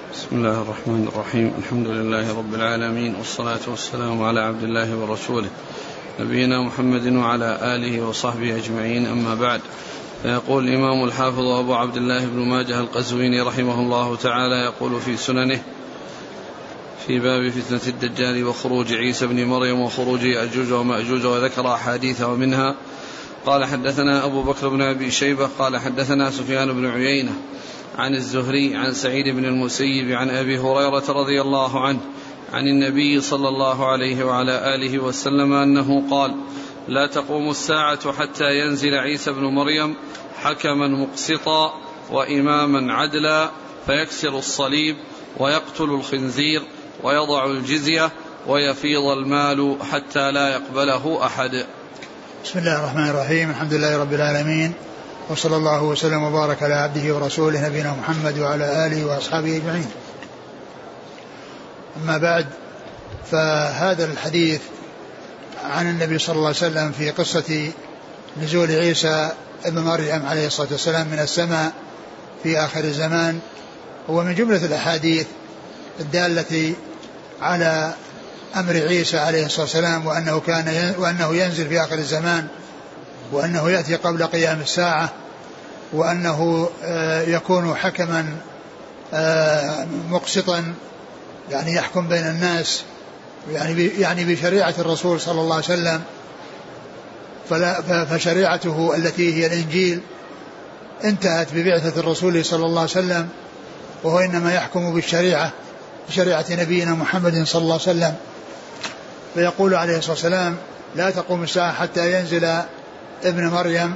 بسم الله الرحمن الرحيم. الحمد لله رب العالمين، والصلاة والسلام على عبد الله ورسوله نبينا محمد وعلى آله وصحبه أجمعين، أما بعد. فيقول الإمام الحافظ أبو عبد الله بن ماجه القزويني رحمه الله تعالى يقول في سننه في باب فتنة الدجال وخروج عيسى بن مريم وخروج يأجوج ومأجوج، وذكر أحاديث ومنها قال حدثنا أبو بكر بن أبي شيبة قال حدثنا سفيان بن عيينة عن الزهري عن سعيد بن المسيب عن أبي هريرة رضي الله عنه عن النبي صلى الله عليه وعلى آله وسلم أنه قال: لا تقوم الساعة حتى ينزل عيسى بن مريم حكما مقسطا وإماما عدلا، فيكسر الصليب ويقتل الخنزير ويضع الجزية ويفيض المال حتى لا يقبله أحد. بسم الله الرحمن الرحيم. الحمد لله رب العالمين، وصلى الله وسلم وبارك على عبده ورسوله نبينا محمد وعلى آله وأصحابه أجمعين. أما بعد، فهذا الحديث عن النبي صلى الله عليه وسلم في قصة نزول عيسى ابن مريم عليه الصلاة والسلام من السماء في آخر الزمان هو من جملة الأحاديث الدالة على أمر عيسى عليه الصلاة والسلام، وأنه ينزل في آخر الزمان، وأنه يأتي قبل قيام الساعة، وأنه يكون حكما مقسطا، يعني يحكم بين الناس، يعني بشريعة الرسول صلى الله عليه وسلم. فشريعته التي هي الإنجيل انتهت ببعثة الرسول صلى الله عليه وسلم، وهو إنما يحكم بشريعة نبينا محمد صلى الله عليه وسلم. فيقول عليه الصلاة والسلام: لا تقوم الساعة حتى ينزل ابن مريم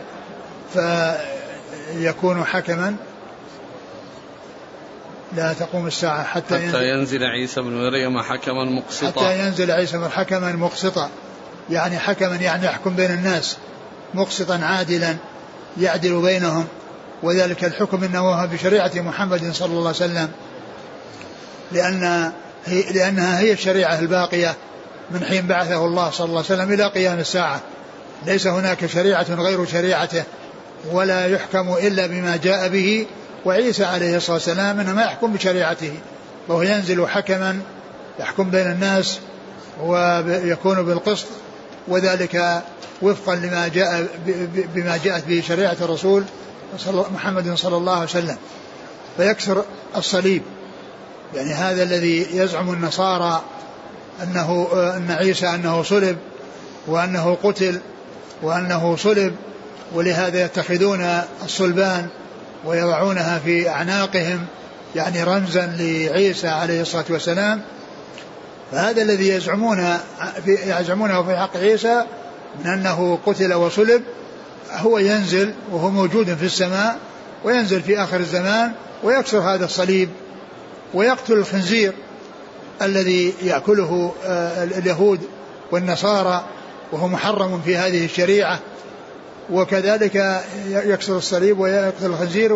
فيكون حكما. لا تقوم الساعة حتى ينزل عيسى بن مريم حكما مقسطا، حتى ينزل عيسى حكما مقسطا، يعني حكما يعني يحكم بين الناس، مقسطا عادلا يعدل بينهم، وذلك الحكم إنه هو بشريعة محمد صلى الله عليه وسلم، لأنها هي الشريعة الباقية من حين بعثه الله صلى الله عليه وسلم إلى قيام الساعة. ليس هناك شريعة غير شريعته، ولا يحكم إلا بما جاء به، وعيسى عليه الصلاة والسلام إنما يحكم بشريعته، وهو ينزل حكما يحكم بين الناس ويكون بالقسط، وذلك وفقا بما جاءت به شريعة الرسول محمد صلى الله عليه وسلم. فيكسر الصليب، يعني هذا الذي يزعم النصارى أن عيسى أنه صلب وأنه قتل وأنه صلب، ولهذا يتخذون الصلبان ويضعونها في أعناقهم يعني رمزا لعيسى عليه الصلاة والسلام. فهذا الذي يزعمونه في حق عيسى من أنه قتل وصلب هو ينزل، وهو موجود في السماء، وينزل في آخر الزمان ويكسر هذا الصليب ويقتل الخنزير الذي يأكله اليهود والنصارى، وهو محرم في هذه الشريعة. وكذلك يكسر الصليب ويقتل الخنزير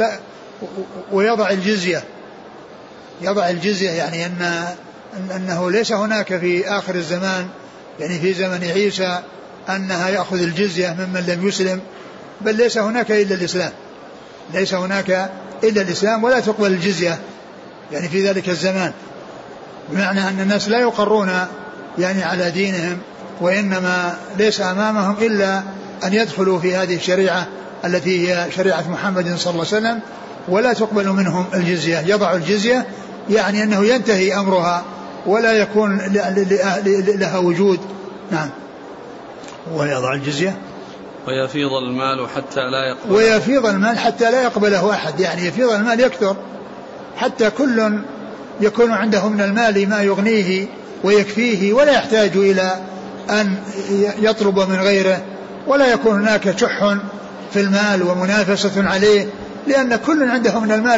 ويضع الجزية. يضع الجزية يعني أنه ليس هناك في آخر الزمان، يعني في زمن عيسى، أنها يأخذ الجزية ممن لم يسلم، بل ليس هناك إلا الإسلام، ليس هناك إلا الإسلام، ولا تقبل الجزية يعني في ذلك الزمان، بمعنى أن الناس لا يقرون يعني على دينهم، وإنما ليس أمامهم إلا أن يدخلوا في هذه الشريعة التي هي شريعة محمد صلى الله عليه وسلم، ولا تقبل منهم الجزية. يضع الجزية يعني أنه ينتهي أمرها ولا يكون لها وجود. نعم. ويضع الجزية ويفيض المال حتى لا يقبله، ويفيض المال حتى لا يقبله أحد، يعني يفيض المال يكثر حتى كل يكون عنده من المال ما يغنيه ويكفيه، ولا يحتاج إلى أن يطلب من غيره، ولا يكون هناك شح في المال ومنافسة عليه، لأن كل عنده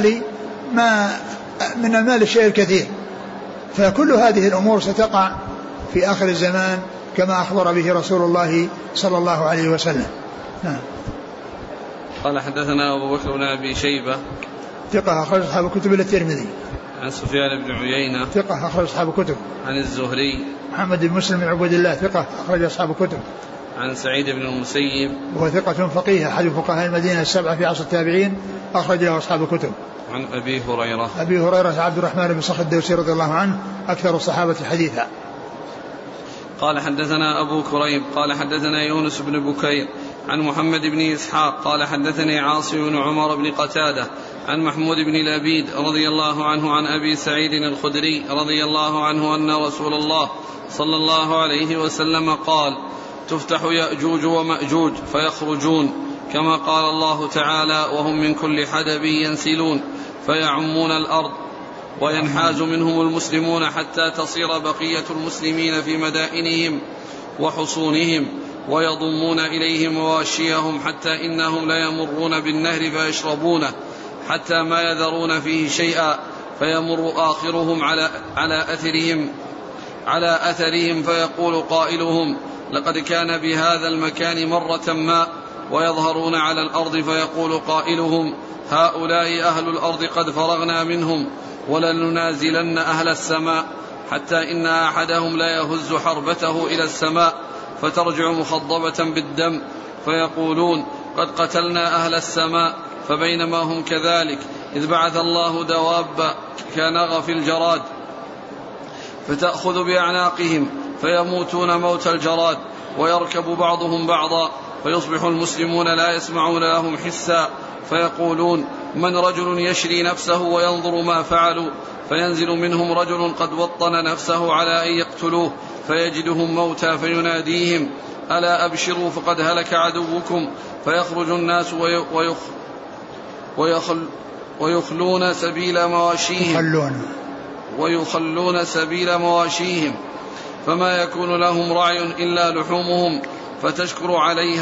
من المال الشيء الكثير. فكل هذه الأمور ستقع في آخر الزمان كما أخبر به رسول الله صلى الله عليه وسلم. نعم. قال حدثنا أبو بكر بن أبي شيبة ثقة أخرج أصحاب الكتب إلى الترمذي. عن سفيان بن عيينة ثقة أخرج أصحاب الكتب. عن الزهري محمد بن مسلم بن عبد الله ثقة أخرج أصحاب الكتب. عن سعيد بن المسيب وهو ثقة فقيه أحد فقهاء المدينة السبعة في عصر التابعين أخرج له أصحاب الكتب. عن أبي هريرة عبد الرحمن بن صخر الدوسي رضي الله عنه أكثر الصحابة حديثا. قال حدثنا أبو كريب قال حدثنا يونس بن بكير عن محمد بن إسحاق قال حدثني عاصم بن عمر بن قتادة عن محمود بن لبيد رضي الله عنه عن أبي سعيد الخدري رضي الله عنه أن رسول الله صلى الله عليه وسلم قال تفتح يأجوج ومأجوج فيخرجون كما قال الله تعالى وهم من كل حدب ينسلون فيعمون الأرض وينحاز منهم المسلمون حتى تصير بقية المسلمين في مدائنهم وحصونهم ويضمون إليهم مواشيهم حتى إنهم ليمرون بالنهر فيشربونه حتى ما يذرون فيه شيئا فيمر آخرهم على أثرهم فيقول قائلهم لقد كان بهذا المكان مرة ما ويظهرون على الأرض فيقول قائلهم هؤلاء أهل الأرض قد فرغنا منهم ولننازلن أهل السماء حتى إن أحدهم لا يهز حربته إلى السماء فترجع مخضبة بالدم فيقولون قد قتلنا أهل السماء فبينما هم كذلك إذ بعث الله دواب كنغف الجراد فتأخذ بأعناقهم فيموتون موت الجراد ويركب بعضهم بعضا فيصبح المسلمون لا يسمعون لهم حسا فيقولون من رجل يشري نفسه وينظر ما فعلوا فينزل منهم رجل قد وطن نفسه على أن يقتلوه فيجدهم موتى فيناديهم ألا أبشروا فقد هلك عدوكم فيخرج الناس ويخلون سبيل مواشيهم فما يكون لهم رعي إلا لحومهم فتشكر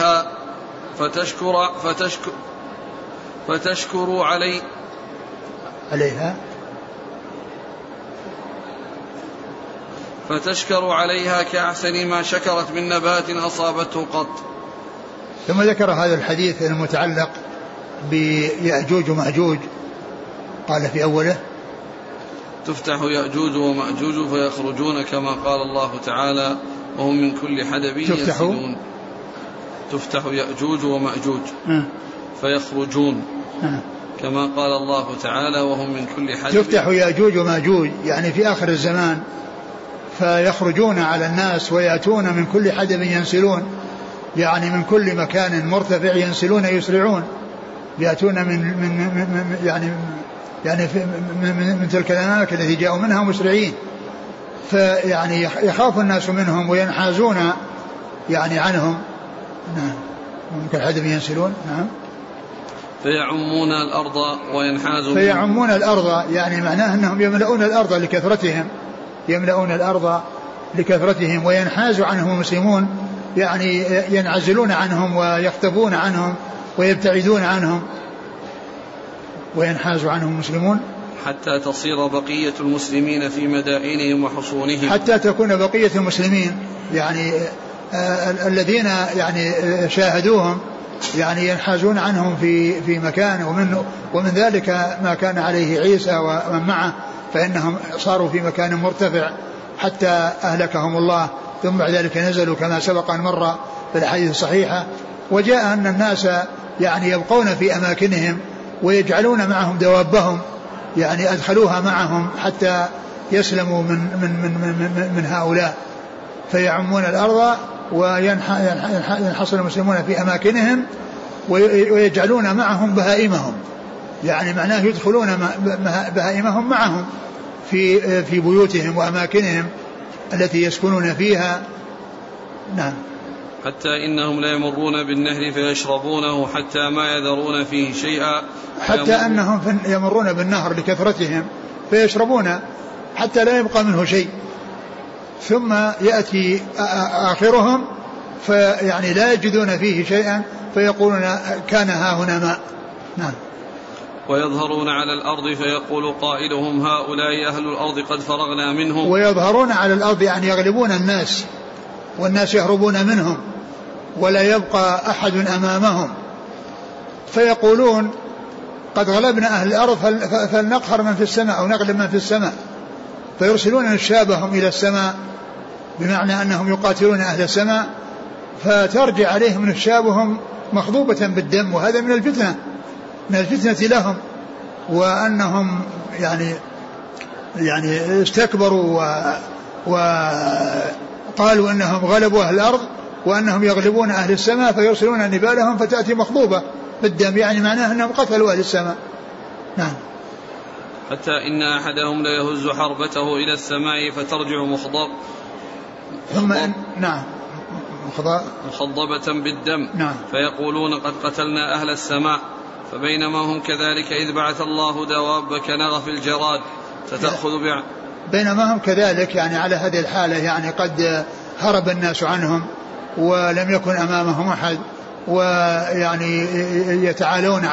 عليها كأحسن ما شكرت من نبات أصابته قط. ثم ذكر هذا الحديث المتعلق بيأجوج ومأجوج قال في أوله تفتح يأجوج ومأجوج فيخرجون كما قال الله تعالى وهم من كل حدب ينسلون. تفتح يأجوج ومأجوج فيخرجون كما قال الله تعالى وهم من كل حدب. تفتح يأجوج ومأجوج يعني في آخر الزمان فيخرجون على الناس ويأتون من كل حدب ينسلون يعني من كل مكان مرتفع ينسلون يسرعون يأتون من تلك الأماكن التي جاءوا منها مسرعين فيعني يخاف الناس منهم وينحازون يعني عنهم. نعم ممكن حدب ينسلون. نعم فيعمون الأرض وينحازون. فيعمون الأرض يعني معناه أنهم يملؤون الأرض لكثرتهم وينحاز عنهم المسلمون يعني ينعزلون عنهم ويختفون عنهم ويبتعدون عنهم وينحاز عنهم المسلمون حتى تصير بقية المسلمين في مدائنهم وحصونهم. حتى تكون بقية المسلمين يعني الذين يعني شاهدوهم يعني ينحازون عنهم في مكان ومن ذلك ما كان عليه عيسى ومن معه فإنهم صاروا في مكان مرتفع حتى أهلكهم الله ثم بعد ذلك نزلوا كما سبق أن مر في الحديث الصحيحة. وجاء أن الناس يعني يبقون في أماكنهم ويجعلون معهم دوابهم يعني أدخلوها معهم حتى يسلموا من هؤلاء فيعمون الأرض وينحصر المسلمون في أماكنهم ويجعلون معهم بهائمهم يعني معناه يدخلون بهائمهم معهم في بيوتهم وأماكنهم التي يسكنون فيها. نعم حتى إنهم لا يمرون بالنهر فيشربونه حتى ما يذرون فيه شيئا. حتى أنهم يمرون بالنهر لكثرتهم فيشربون حتى لا يبقى منه شيء ثم يأتي آخرهم فيعني لا يجدون فيه شيئا فيقولون كان ها هنا ماء. نعم ويظهرون على الأرض فيقول قائلهم هؤلاء أهل الأرض قد فرغنا منهم. ويظهرون على الأرض يعني يغلبون الناس والناس يهربون منهم ولا يبقى أحد أمامهم فيقولون قد غلبنا أهل الأرض فلنقهر من في السماء أو نغلب من في السماء فيرسلون نشابهم إلى السماء بمعنى أنهم يقاتلون أهل السماء فترجع عليهم نشابهم مخضوبة بالدم، وهذا من الفتنة لهم، وأنهم يعني استكبروا وقالوا أنهم غلبوا أهل الأرض وأنهم يغلبون أهل السماء فيرسلون نبالهم فتأتي مخضوبة بالدم، يعني معناه أنهم قتلوا أهل السماء. نعم. حتى إن أحدهم لا يهز حربته إلى السماء فترجع مخضبة بالدم. نعم. فيقولون قد قتلنا أهل السماء. فبينما هم كذلك إذ بعث الله دواب كنغف الجراد فتأخذ بينما هم كذلك يعني على هذه الحالة، يعني قد هرب الناس عنهم ولم يكن أمامهم أحد، ويعني يتعالون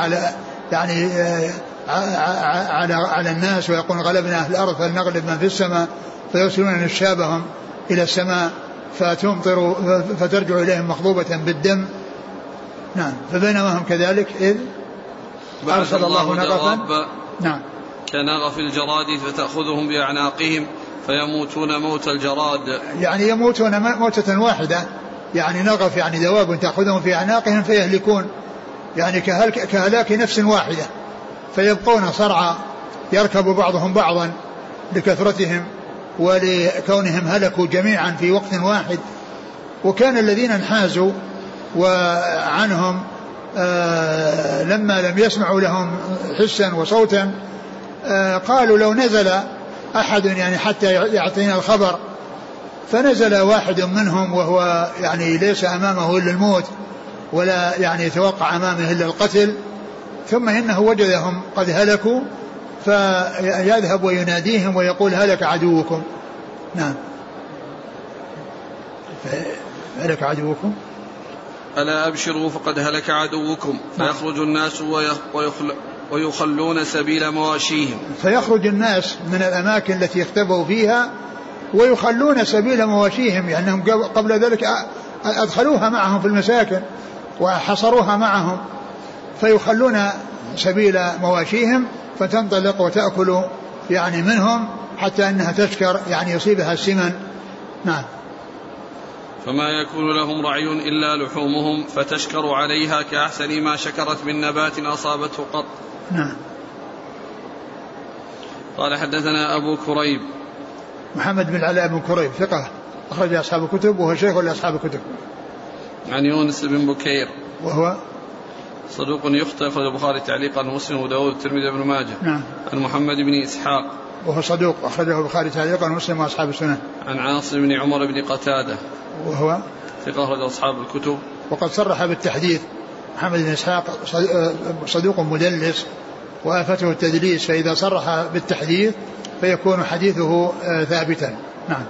على الناس ويقولون غلبنا أهل الأرض فلنغلب من في السماء، فيرسلون نشابهم إلى السماء فتمطر فترجع إليهم مخضوبة بالدم. نعم. فبينما هم كذلك إذ أرسل الله نغفا كنغف الجراد فتأخذهم بأعناقهم فيموتون موت الجراد، يعني يموتون موتة واحدة، يعني نغف يعني دواب تأخذهم في أعناقهم فيهلكون، يعني كهلاك نفس واحدة، فيبقون صرعى يركب بعضهم بعضا لكثرتهم ولكونهم هلكوا جميعا في وقت واحد. وكان الذين انحازوا وعنهم لما لم يسمعوا لهم حسا وصوتا قالوا لو نزل أحد يعني حتى يعطينا الخبر، فنزل واحد منهم وهو يعني ليس أمامه إلا الموت ولا يعني يتوقع أمامه إلا القتل، ثم إنه وجدهم قد هلكوا فيذهب ويناديهم ويقول هلك عدوكم. نعم. هلك عدوكم ألا أبشروا فقد هلك عدوكم. فيخرج الناس ويخلون سبيل مواشيهم، فيخرج الناس من الأماكن التي اختبوا فيها ويخلون سبيل مواشيهم، يعني أنهم قبل ذلك أدخلوها معهم في المساكن وحصروها معهم، فيخلون سبيل مواشيهم فتنطلق وتأكل يعني منهم حتى أنها تشكر يعني يصيبها السمن. نعم. فما يكون لهم رعي إلا لحومهم فتشكر عليها كأحسن ما شكرت من نبات أصابته قط. نعم. قال حدثنا أبو كريب محمد بن علاء بن كريب ثقة أخرج أصحاب الكتب وهو شيخ لأصحاب الكتب. عن يونس بن بكير وهو صدوق يخطئ أخرج البخاري تعليقا ومسلم وداود والترمذي وابن ماجه. نعم. عن محمد بن إسحاق وهو صدوق أخرجه البخاري تعليقا ومسلم وأصحاب السنن. عن عاصم بن عمر بن قتادة وهو ثقة أخرج أصحاب الكتب. وقد صرح بالتحديث. محمد بن إسحاق صدوق مدلس وآفته التدليس، فإذا صرح بالتحديث فيكون حديثه ثابتا. نعم.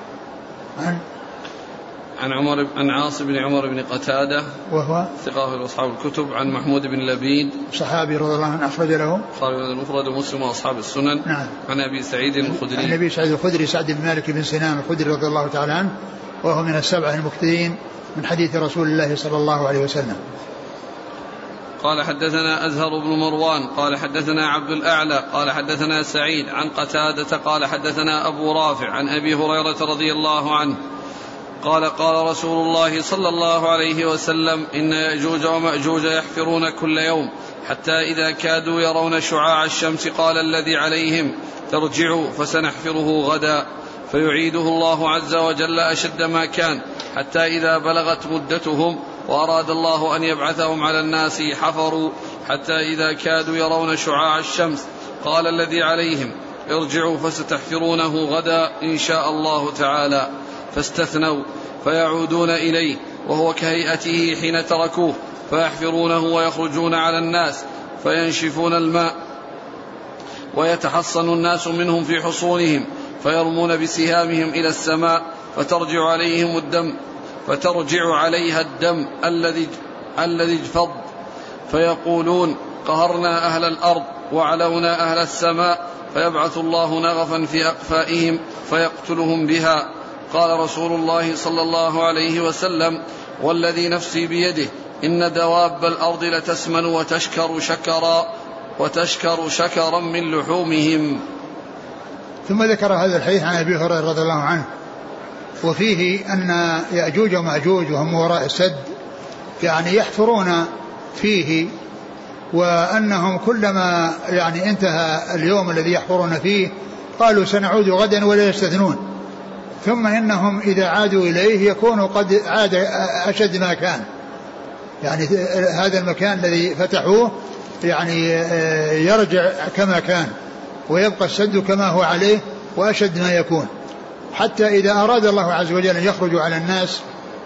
عن عاصم بن عمر بن قتادة وهو ثقة في أصحاب الكتب. عن محمود بن لبيد صحابي رضي الله عنه أخرج له البخاري المفرد ومسلم وأصحاب السنن. نعم. عن أبي سعيد الخدري عن أبي سعيد الخدري سعد بن مالك بن سنان الخدري رضي الله تعالى عنه، وهو من السبعة المكثرين من حديث رسول الله صلى الله عليه وسلم. قال حدثنا أزهر بن مروان قال حدثنا عبد الأعلى قال حدثنا سعيد عن قتادة قال حدثنا أبو رافع عن أبي هريرة رضي الله عنه قال قال رسول الله صلى الله عليه وسلم إن يأجوج ومأجوج يحفرون كل يوم حتى إذا كادوا يرون شعاع الشمس قال الذي عليهم ترجعوا فسنحفره غدا، فيعيده الله عز وجل أشد ما كان حتى إذا بلغت مدتهم وأراد الله أن يبعثهم على الناس حفروا حتى إذا كادوا يرون شعاع الشمس قال الذي عليهم ارجعوا فستحفرونه غدا إن شاء الله تعالى، فاستثنوا فيعودون إليه وهو كهيئته حين تركوه فيحفرونه ويخرجون على الناس فينشفون الماء ويتحصن الناس منهم في حصونهم فيرمون بسهامهم إلى السماء فترجع عليها الدم الذي اجفض فيقولون قهرنا أهل الأرض وعلونا أهل السماء، فيبعث الله نغفا في أقفائهم فيقتلهم بها. قال رسول الله صلى الله عليه وسلم والذي نفسي بيده إن دواب الأرض لتسمن وتشكر شكرا من لحومهم. ثم ذكر هذا الحديث عن أبي هريرة رضي الله عنه وفيه أن يأجوج ومأجوج وهم وراء السد يعني يحفرون فيه، وأنهم كلما يعني انتهى اليوم الذي يحفرون فيه قالوا سنعود غدا ولا يستثنون، ثم إنهم إذا عادوا إليه يكون قد عاد أشد ما كان، يعني هذا المكان الذي فتحوه يعني يرجع كما كان ويبقى السد كما هو عليه وأشد ما يكون، حتى إذا أراد الله عز وجل أن يخرجوا على الناس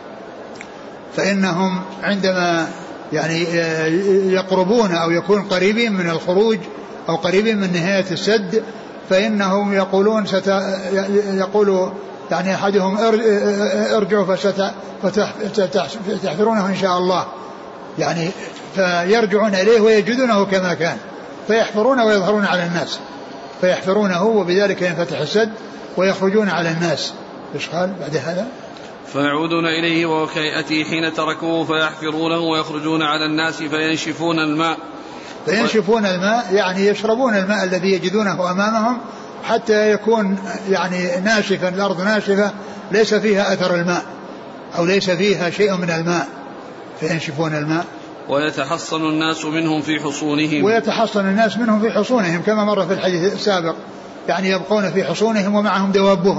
فإنهم عندما يعني يقربون أو يكون قريبين من الخروج أو قريبين من نهاية السد فإنهم يقولون يقول يعني أحدهم ارجعوا فتحفرونه إن شاء الله، يعني فيرجعون إليه ويجدونه كما كان فيحفرون ويظهرون على الناس، فيحفرونه وبذلك ينفتح السد ويخرجون على الناس. إيش قال بعد هذا؟ فيعودون إليه وهو كهيئته حين تركوه فيحفرونه ويخرجون على الناس فينشفون الماء. فينشفون الماء يعني يشربون الماء الذي يجدونه أمامهم حتى يكون يعني ناشفا، الأرض ناشفة ليس فيها أثر الماء أو ليس فيها شيء من الماء، فينشفون الماء. ويتحصن الناس منهم في حصونهم. ويتحصن الناس منهم في حصونهم كما مر في الحديث السابق، يعني يبقون في حصونهم ومعهم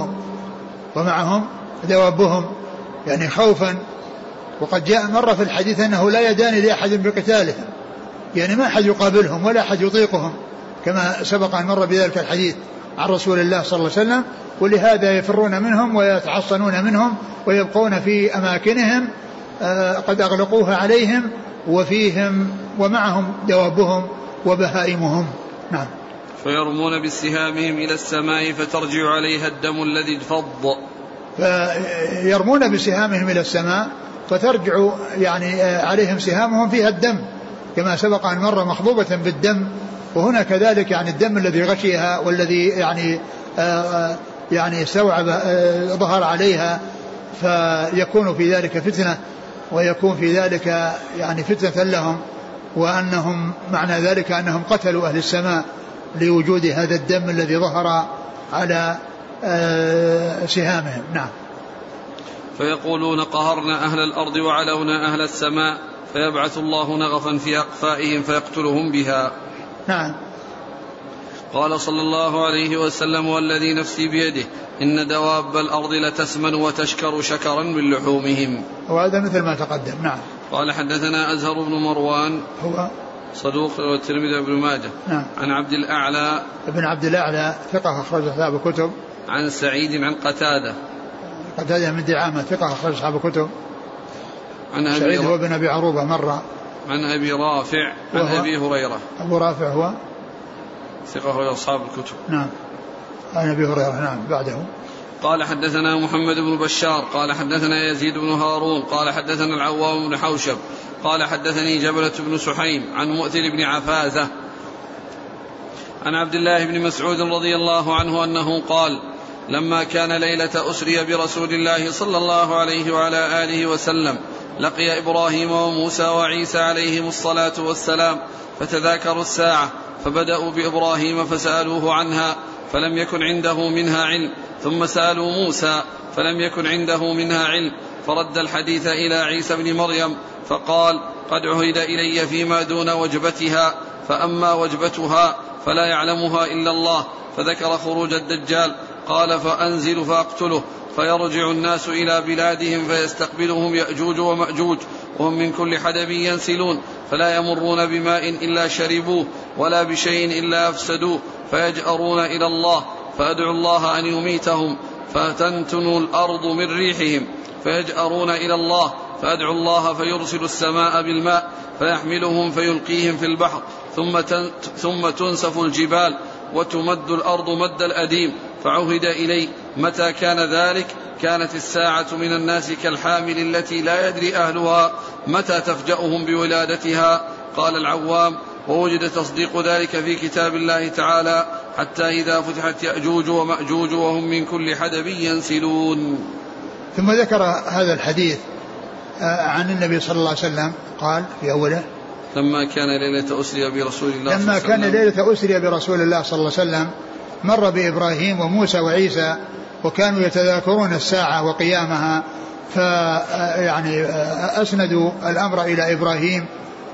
دوابهم يعني خوفا. وقد جاء مرة في الحديث أنه لا يدان لأحد بقتالهم، يعني ما أحد يقابلهم ولا أحد يطيقهم كما سبق أن مر بذلك الحديث عن رسول الله صلى الله عليه وسلم، ولهذا يفرون منهم ويتحصنون منهم ويبقون في أماكنهم قد أغلقوها عليهم وفيهم ومعهم دوابهم وبهائمهم. نعم. فيرمون بسهامهم إلى السماء فترجع عليها الدم الذي انفض. فيرمون بسهامهم إلى السماء فترجع يعني عليهم سهامهم فيها الدم كما سبق أن مر مخضوبة بالدم، وهنا كذلك يعني الدم الذي غشيها والذي يعني استوعب ظهر عليها، فيكون في ذلك فتنة ويكون في ذلك يعني فتنة لهم، وأنهم معنى ذلك أنهم قتلوا أهل السماء لوجود هذا الدم الذي ظهر على سهامهم. نعم. فيقولون قهرنا أهل الأرض وعلونا أهل السماء فيبعث الله نغفا في أقفائهم فيقتلهم بها. نعم. قال صلى الله عليه وسلم والذي نفسي بيده إن دواب الأرض لتسمن وتشكر شكرا من لحومهم. وهذا مثل ما تقدم. نعم. قال حدثنا أزهر بن مروان هو صدوق والترمذي وابن ماجه. نعم. عن عبد الأعلى ابن عبد الأعلى ثقة أخرج أصحاب الكتب. عن سعيد عن قتادة من دعامة ثقة أخرج أصحاب الكتب. عن سعيد هو بن أبي عروبة مرة. عن أبي رافع عن أبي هريرة. أبو رافع هو ثقة أخرج أصحاب الكتب. نعم. عن أبي هريرة. نعم. بعده قال حدثنا محمد بن بشار قال حدثنا يزيد بن هارون قال حدثنا العوام بن حوشب قال حدثني جبلة بن سحيم عن مؤثر بن عفازة عن عبد الله بن مسعود رضي الله عنه أنه قال لما كان ليلة أسري برسول الله صلى الله عليه وعلى آله وسلم لقي إبراهيم وموسى وعيسى عليهم الصلاة والسلام فتذاكروا الساعة فبدأوا بإبراهيم فسألوه عنها فلم يكن عنده منها علم، ثم سألوا موسى فلم يكن عنده منها علم، فرد الحديث إلى عيسى بن مريم فقال قد عهد إلي فيما دون وجبتها، فأما وجبتها فلا يعلمها إلا الله، فذكر خروج الدجال قال فأنزل فأقتله فيرجع الناس إلى بلادهم فيستقبلهم يأجوج ومأجوج وهم من كل حدب ينسلون فلا يمرون بماء إلا شربوه ولا بشيء إلا أفسدوه فيجأرون إلى الله فأدعو الله أن يميتهم فتنتن الأرض من ريحهم فيجأرون إلى الله فأدعو الله فيرسل السماء بالماء فيحملهم فيلقيهم في البحر ثم تنسف الجبال وتمد الأرض مد الأديم، فعهد إلي متى كان ذلك كانت الساعة من الناس كالحامل التي لا يدري أهلها متى تفجأهم بولادتها. قال العوام ووجد تصديق ذلك في كتاب الله تعالى حتى إذا فتحت يأجوج ومأجوج وهم من كل حدب ينسلون. ثم ذكر هذا الحديث عن النبي صلى الله عليه وسلم قال في أوله لما كان ليلة أسري برسول الله لما كان ليلة أسري برسول الله صلى الله عليه وسلم مر بإبراهيم وموسى وعيسى وكانوا يتذاكرون الساعة وقيامها، فيعني أسندوا الأمر إلى إبراهيم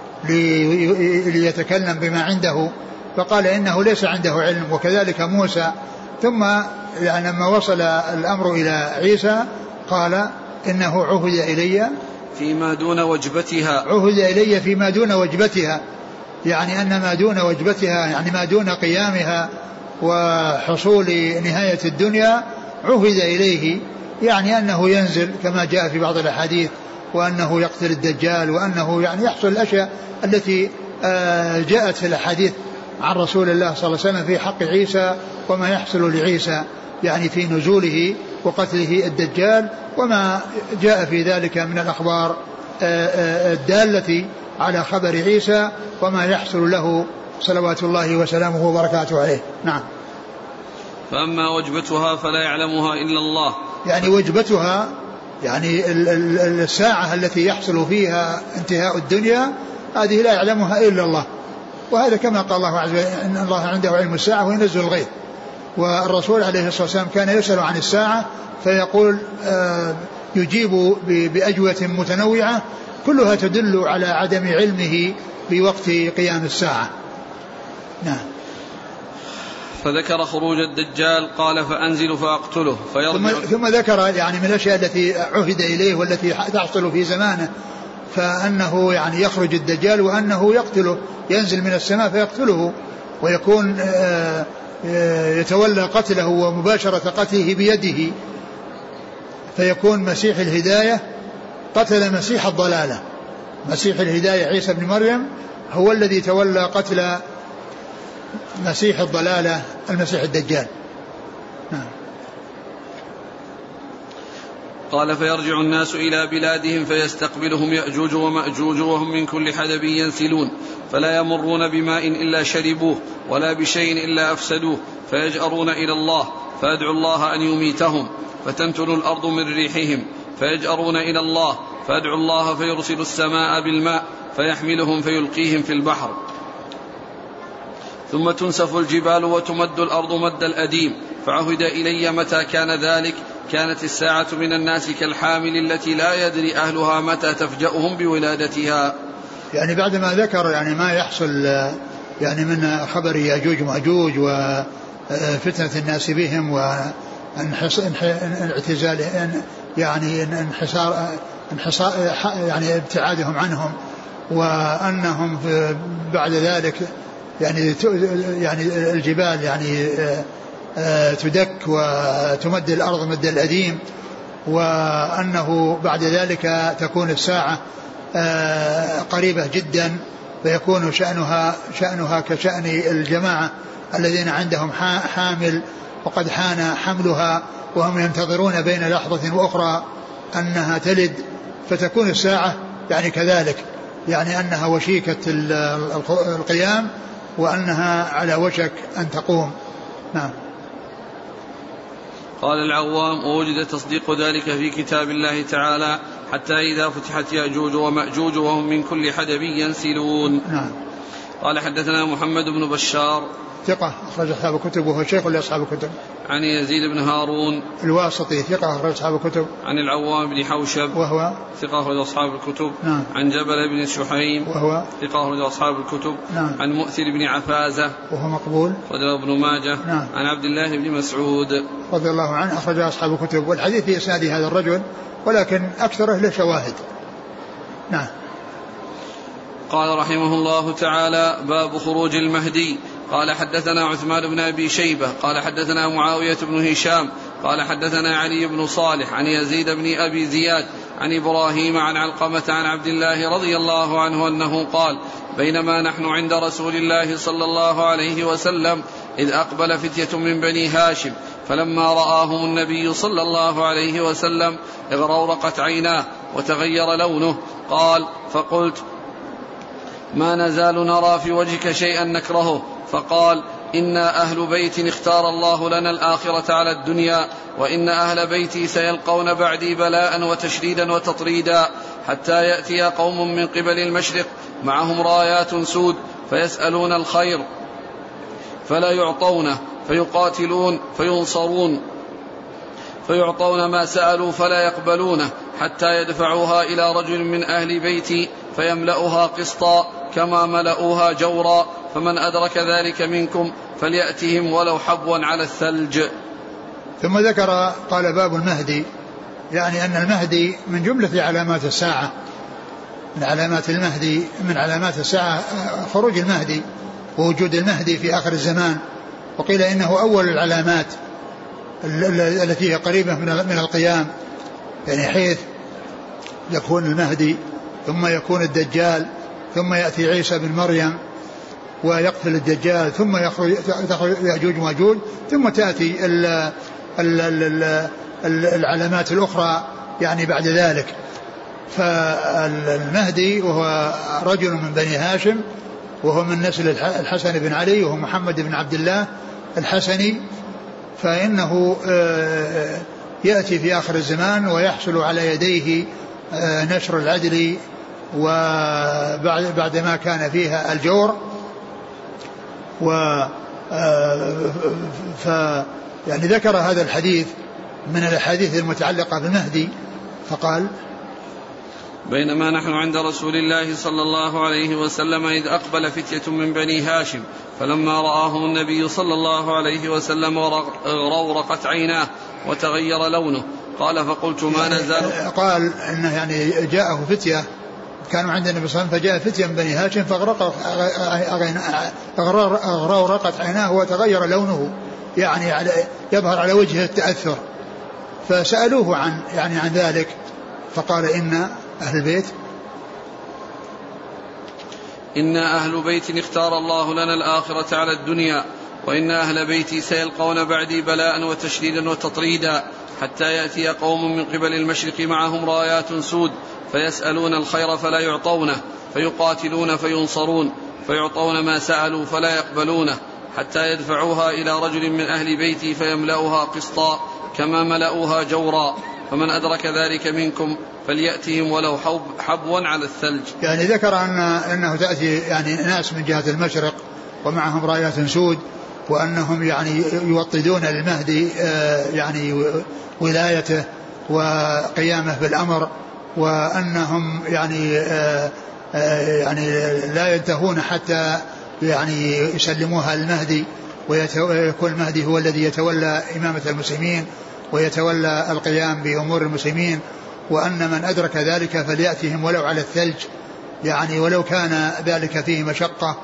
ليتكلم بما عنده، فقال إنه ليس عنده علم، وكذلك موسى. ثم يعني لما وصل الأمر إلى عيسى قال إنه عهد إلي فيما دون وجبتها، عهد إلي فيما دون وجبتها، يعني أن ما دون وجبتها يعني ما دون قيامها وحصول نهاية الدنيا عهد إليه، يعني أنه ينزل كما جاء في بعض الأحاديث، وأنه يقتل الدجال، وأنه يعني يحصل الأشياء التي جاءت في الأحاديث عن رسول الله صلى الله عليه وسلم في حق عيسى، وما يحصل لعيسى يعني في نزوله وقتله الدجال، وما جاء في ذلك من الأخبار الدالة على خبر عيسى وما يحصل له صلوات الله وسلامه وبركاته عليه. نعم. فأما وجبتها فلا يعلمها إلا الله، يعني وجبتها يعني الساعة التي يحصل فيها انتهاء الدنيا هذه لا يعلمها إلا الله، وهذا كما قال الله عز وجل إن الله عنده علم الساعة وينزل الغيث. والرسول عليه الصلاة والسلام كان يسأل عن الساعة فيقول يجيب بأجوبة متنوعة كلها تدل على عدم علمه بوقت قيام الساعة. نعم. فذكر خروج الدجال قال فأنزل فأقتله ثم ذكر يعني من الأشياء التي عهد إليه والتي تحصل في زمانه، فأنه يعني يخرج الدجال وأنه يقتله، ينزل من السماء فيقتله، ويكون يتولى قتله ومباشرة قتله بيده، فيكون مسيح الهداية قتل مسيح الضلالة. مسيح الهداية عيسى بن مريم هو الذي تولى قتل مسيح الضلالة المسيح الدجال. نعم. قال فيرجع الناس إلى بلادهم فيستقبلهم يأجوج ومأجوج وهم من كل حدب ينسلون، فلا يمرون بماء إلا شربوه ولا بشيء إلا أفسدوه، فيجأرون إلى الله فيدعو الله أن يميتهم، فتنتن الأرض من ريحهم، فيجأرون إلى الله فيدعو الله فيرسل السماء بالماء فيحملهم فيلقيهم في البحر، ثم تنسف الجبال وتمد الأرض مد الأديم. فعهد إلي متى كان ذلك كانت الساعة من الناس كالحامل التي لا يدري أهلها متى تفجأهم بولادتها. يعني بعدما ذكر يعني ما يحصل يعني من خبر يأجوج ومأجوج وفتنة الناس بهم واعتزال يعني انحصار يعني ابتعادهم عنهم، وأنهم بعد ذلك يعني الجبال يعني تدك وتمد الأرض مد الأديم، وأنه بعد ذلك تكون الساعة قريبة جدا، فيكون شأنها كشأن الجماعة الذين عندهم حامل وقد حان حملها وهم ينتظرون بين لحظة وأخرى أنها تلد، فتكون الساعة يعني كذلك، يعني أنها وشيكة القيام وأنها على وشك أن تقوم. نعم. قال العوام ووجد تصديق ذلك في كتاب الله تعالى حتى إذا فتحت يأجوج ومأجوج وهم من كل حدب ينسلون. نعم. قال حدثنا محمد بن بشار ثقة أخرج أصحاب الكتب وهو شيخ لأصحاب الكتب. عن يزيد بن هارون الواسطي ثقة أخرج أصحاب الكتب. عن العوام بن حوشب وهو ثقة أخرج أصحاب الكتب. نعم. عن جبل بن شحيم وهو ثقة أخرج أصحاب الكتب. نعم. عن مؤثر بن عفازة وهو مقبول ورواه ابن ماجه. نعم. عن عبد الله بن مسعود رضي الله عنه أخرج أصحاب الكتب، والحديث في إسناد هذا الرجل ولكن أكثره له شواهد. نعم. قال رحمه الله تعالى باب خروج المهدي. قال حدثنا عثمان بن أبي شيبة قال حدثنا معاوية بن هشام قال حدثنا علي بن صالح عن يزيد بن أبي زياد عن إبراهيم عن علقمة عن عبد الله رضي الله عنه أنه قال بينما نحن عند رسول الله صلى الله عليه وسلم إذ أقبل فتية من بني هاشم، فلما رآهم النبي صلى الله عليه وسلم اغرورقت عيناه وتغير لونه. قال فقلت ما نزال نرى في وجهك شيئا نكرهه، فقال إنا أهل بيت اختار الله لنا الآخرة على الدنيا، وإن أهل بيتي سيلقون بعدي بلاء وتشديدا وتطريدا، حتى يأتي قوم من قبل المشرق معهم رايات سود فيسألون الخير فلا يعطونه، فيقاتلون فينصرون، فيعطون ما سألوا فلا يقبلونه حتى يدفعوها إلى رجل من أهل بيتي فيملأها قسطا كما ملأوها جورا، فمن أدرك ذلك منكم فليأتهم ولو حبوا على الثلج. ثم ذكر قال باب المهدي، يعني أن المهدي من جملة علامات الساعة، من علامات المهدي، من علامات الساعة خروج المهدي ووجود المهدي في آخر الزمان. وقيل إنه أول العلامات التي هي قريبة من القيام، يعني حيث يكون المهدي ثم يكون الدجال ثم يأتي عيسى بن مريم ويقتل الدجال ثم يخرج يأجوج وماجوج ثم تأتي العلامات الأخرى يعني بعد ذلك. فالمهدي وهو رجل من بني هاشم وهو من نسل الحسن بن علي وهو محمد بن عبد الله الحسني، فإنه يأتي في آخر الزمان ويحصل على يديه نشر العدل وبعد ما كان فيها الجور. يعني ذكر هذا الحديث من الأحاديث المتعلقة بالمهدي فقال: بينما نحن عند رسول الله صلى الله عليه وسلم إذ أقبل فتية من بني هاشم فلما رآهم النبي صلى الله عليه وسلم غرورقت عيناه وتغير لونه قال فقلت ما نزال. قال إنه يعني جاءه فتية كانوا عند النبي صلى الله عليه وسلم فجاء فتية من بني هاشم فغرورقت عيناه وتغير لونه، يعني يظهر على وجهه التأثر. فسألوه عن ذلك فقال: إن أهل البيت إنا أهل بيت اختار الله لنا الآخرة على الدنيا، وإن أهل بيتي سيلقون بعدي بلاء وتشديدا وتطريدا حتى يأتي قوم من قبل المشرق معهم رايات سود فيسألون الخير فلا يعطونه، فيقاتلون فينصرون، فيعطون ما سألوا فلا يقبلونه حتى يدفعوها إلى رجل من أهل بيتي فيملأها قسطا كما ملأوها جورا، فمن أدرك ذلك منكم فليأتهم ولو حبوا على الثلج. يعني ذكر أنه تأتي يعني ناس من جهة المشرق ومعهم رايات سود، وأنهم يعني يوطدون للمهدي يعني ولايته وقيامه بالأمر، وأنهم يعني لا ينتهون حتى يعني يسلموها للمهدي، ويكون المهدي هو الذي يتولى إمامة المسلمين ويتولى القيام بأمور المسلمين، وأن من أدرك ذلك فليأتهم ولو على الثلج، يعني ولو كان ذلك فيه مشقة،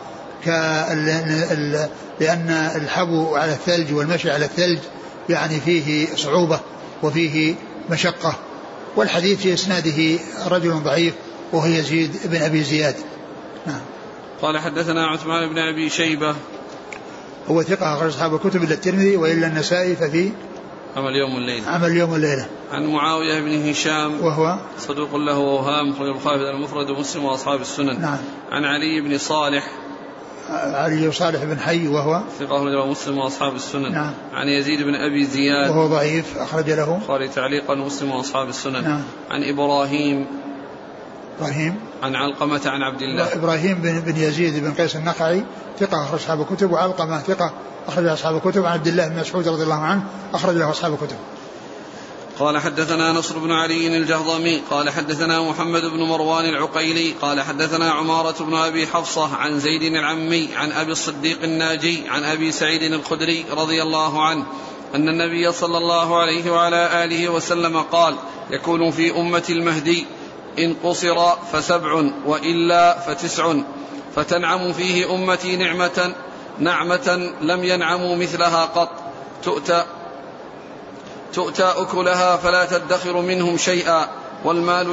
لأن الحبو على الثلج والمشي على الثلج يعني فيه صعوبة وفيه مشقة. والحديث في إسناده رجل ضعيف وهو يزيد بن أبي زياد. نعم. قال حدثنا عثمان بن أبي شيبة هو ثقة أخرج أصحاب الكتب إلا الترمذي وإلا النسائي ففي عمل يوم والليلة. عمل يوم والليلة. عن معاوية بن هشام وهو صدوق له وهام خرج البخاري المفرد ومسلم وأصحاب السنن. نعم. عن علي بن صالح علي صالح بن حي وهو ثقة له مسلم وأصحاب السنن. نعم. عن يزيد بن أبي زياد وهو ضعيف أخرج له البخاري تعليقا ومسلم وأصحاب السنن. نعم. عن إبراهيم عن علقمة عن عبد الله إبراهيم بن يزيد بن قيس النخعي ثقة أخرج أصحاب الكتب، وعلقمة ثقة أخرج أصحاب الكتب، عن عبد الله بن مسعود رضي الله عنه أخرج له أصحاب الكتب. قال حدثنا نصر بن علي الجهضمي قال حدثنا محمد بن مروان العقيلي قال حدثنا عمارة بن أبي حفصة عن زيد العمي عن أبي الصديق الناجي عن أبي سعيد الخدري رضي الله عنه أن النبي صلى الله عليه وعلى آله وسلم قال: يكون في أمة المهدي إن قصر فسبع وإلا فتسع، فتنعم فيه أمتي نعمة لم ينعموا مثلها قط، تؤتى أكلها فلا تدخر منهم شيئا، والمال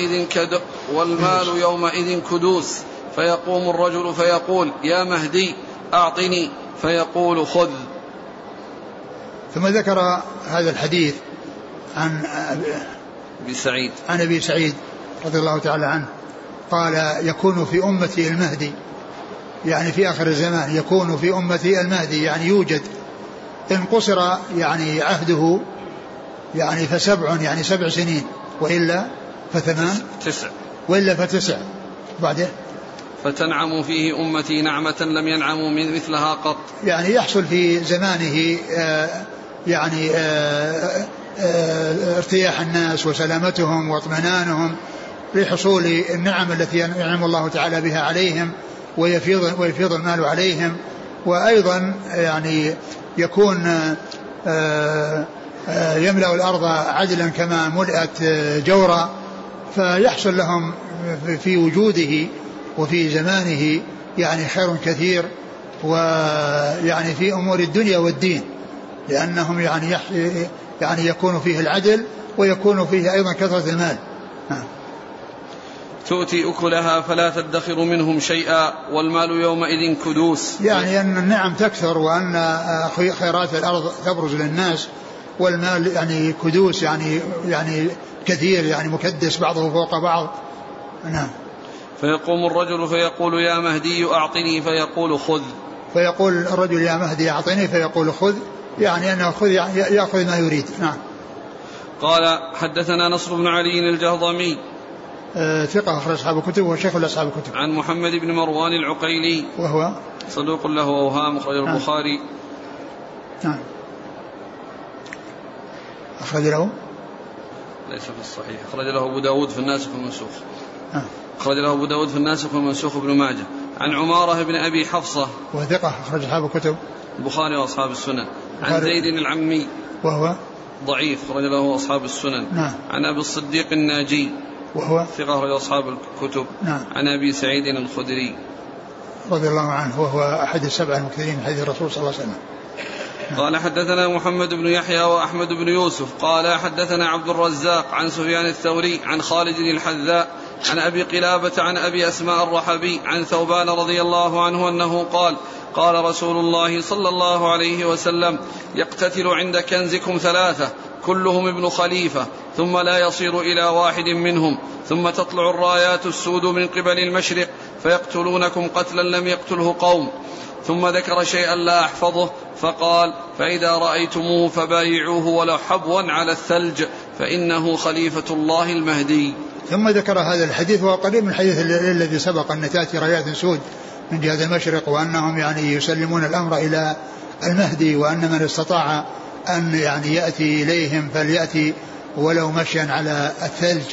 يومئذ كدوس، فيقوم الرجل فيقول: يا مهدي أعطني، فيقول: خذ. ثم ذكر هذا الحديث عن أبي سعيد رضي الله تعالى عنه قال: يكون في أمتي المهدي، يعني في آخر الزمان يكون في أمتي المهدي، يعني يوجد. إن قصر يعني عهده يعني فسبع، يعني 7 سنين، وإلا فتسع بعده، فتنعم فيه أمتي نعمة لم ينعموا من مثلها قط، يعني يحصل في زمانه يعني ارتياح الناس وسلامتهم واطمئنانهم لحصول النعم التي ينعم الله تعالى بها عليهم ويفيض المال عليهم. وأيضا يعني يكون يملأ الأرض عدلا كما ملأت جورا، فيحصل لهم في وجوده وفي زمانه يعني خير كثير، ويعني في أمور الدنيا والدين، لأنهم يعني يكون فيه العدل ويكون فيه أيضا كثرة المال. تؤتي أكلها فلا تدخر منهم شيئا والمال يومئذ كدوس، يعني أن النعم تكثر وأن خيرات الأرض تبرز للناس، والمال يعني كدوس يعني كثير، يعني مكدس بعضه فوق بعض. نعم. فيقوم الرجل فيقول يا مهدي أعطني فيقول خذ، فيقول الرجل يا مهدي أعطني فيقول خذ، يعني أنه خذ يأخذ ما يريد. نعم. قال حدثنا نصر بن علي الجهضمي ثقة أخرج أصحاب الكتب وشيخ أصحاب الكتب. عن محمد بن مروان العقيلي وهو صدوق له أوهام، أخرج البخاري. نعم. أخرج له ليس في الصحيح، أخرج له أبو داود في الناسخ والمنسوخ. أخرج له أبو داود في الناسخ والمنسوخ ابن ماجه. عن عمارة بن أبي حفصة وثقة أخرج أصحاب الكتب البخاري وأصحاب السنن. عن زيد العمي وهو ضعيف، أخرج له أصحاب السنن. نعم. عن أبي الصديق الناجي وهو ثقة أخرج أصحاب الكتب. نعم. عن أبي سعيد الخدري رضي الله عنه وهو أحد السبع المكثرين من حديث الرسول صلى الله عليه وسلم. قال حدثنا محمد بن يحيى وأحمد بن يوسف قال حدثنا عبد الرزاق عن سفيان الثوري عن خالد الحذاء عن أبي قلابة عن أبي أسماء الرحبي عن ثوبان رضي الله عنه أنه قال قال رسول الله صلى الله عليه وسلم يقتتل عند كنزكم ثلاثة كلهم ابن خليفة ثم لا يصير إلى واحد منهم ثم تطلع الرايات السود من قبل المشرق فيقتلونكم قتلا لم يقتله قوم. ثم ذكر شيئا لا أحفظه فقال فإذا رأيتموه فبايعوه ولو حبوا على الثلج فإنه خليفة الله المهدي. ثم ذكر هذا الحديث وهو قريب من الحديث الذي سبق أن تأتي رايات سود من جهة المشرق وأنهم يعني يسلمون الأمر إلى المهدي، وأن من استطاع أن يعني يأتي إليهم فليأتي ولو مشيا على الثلج.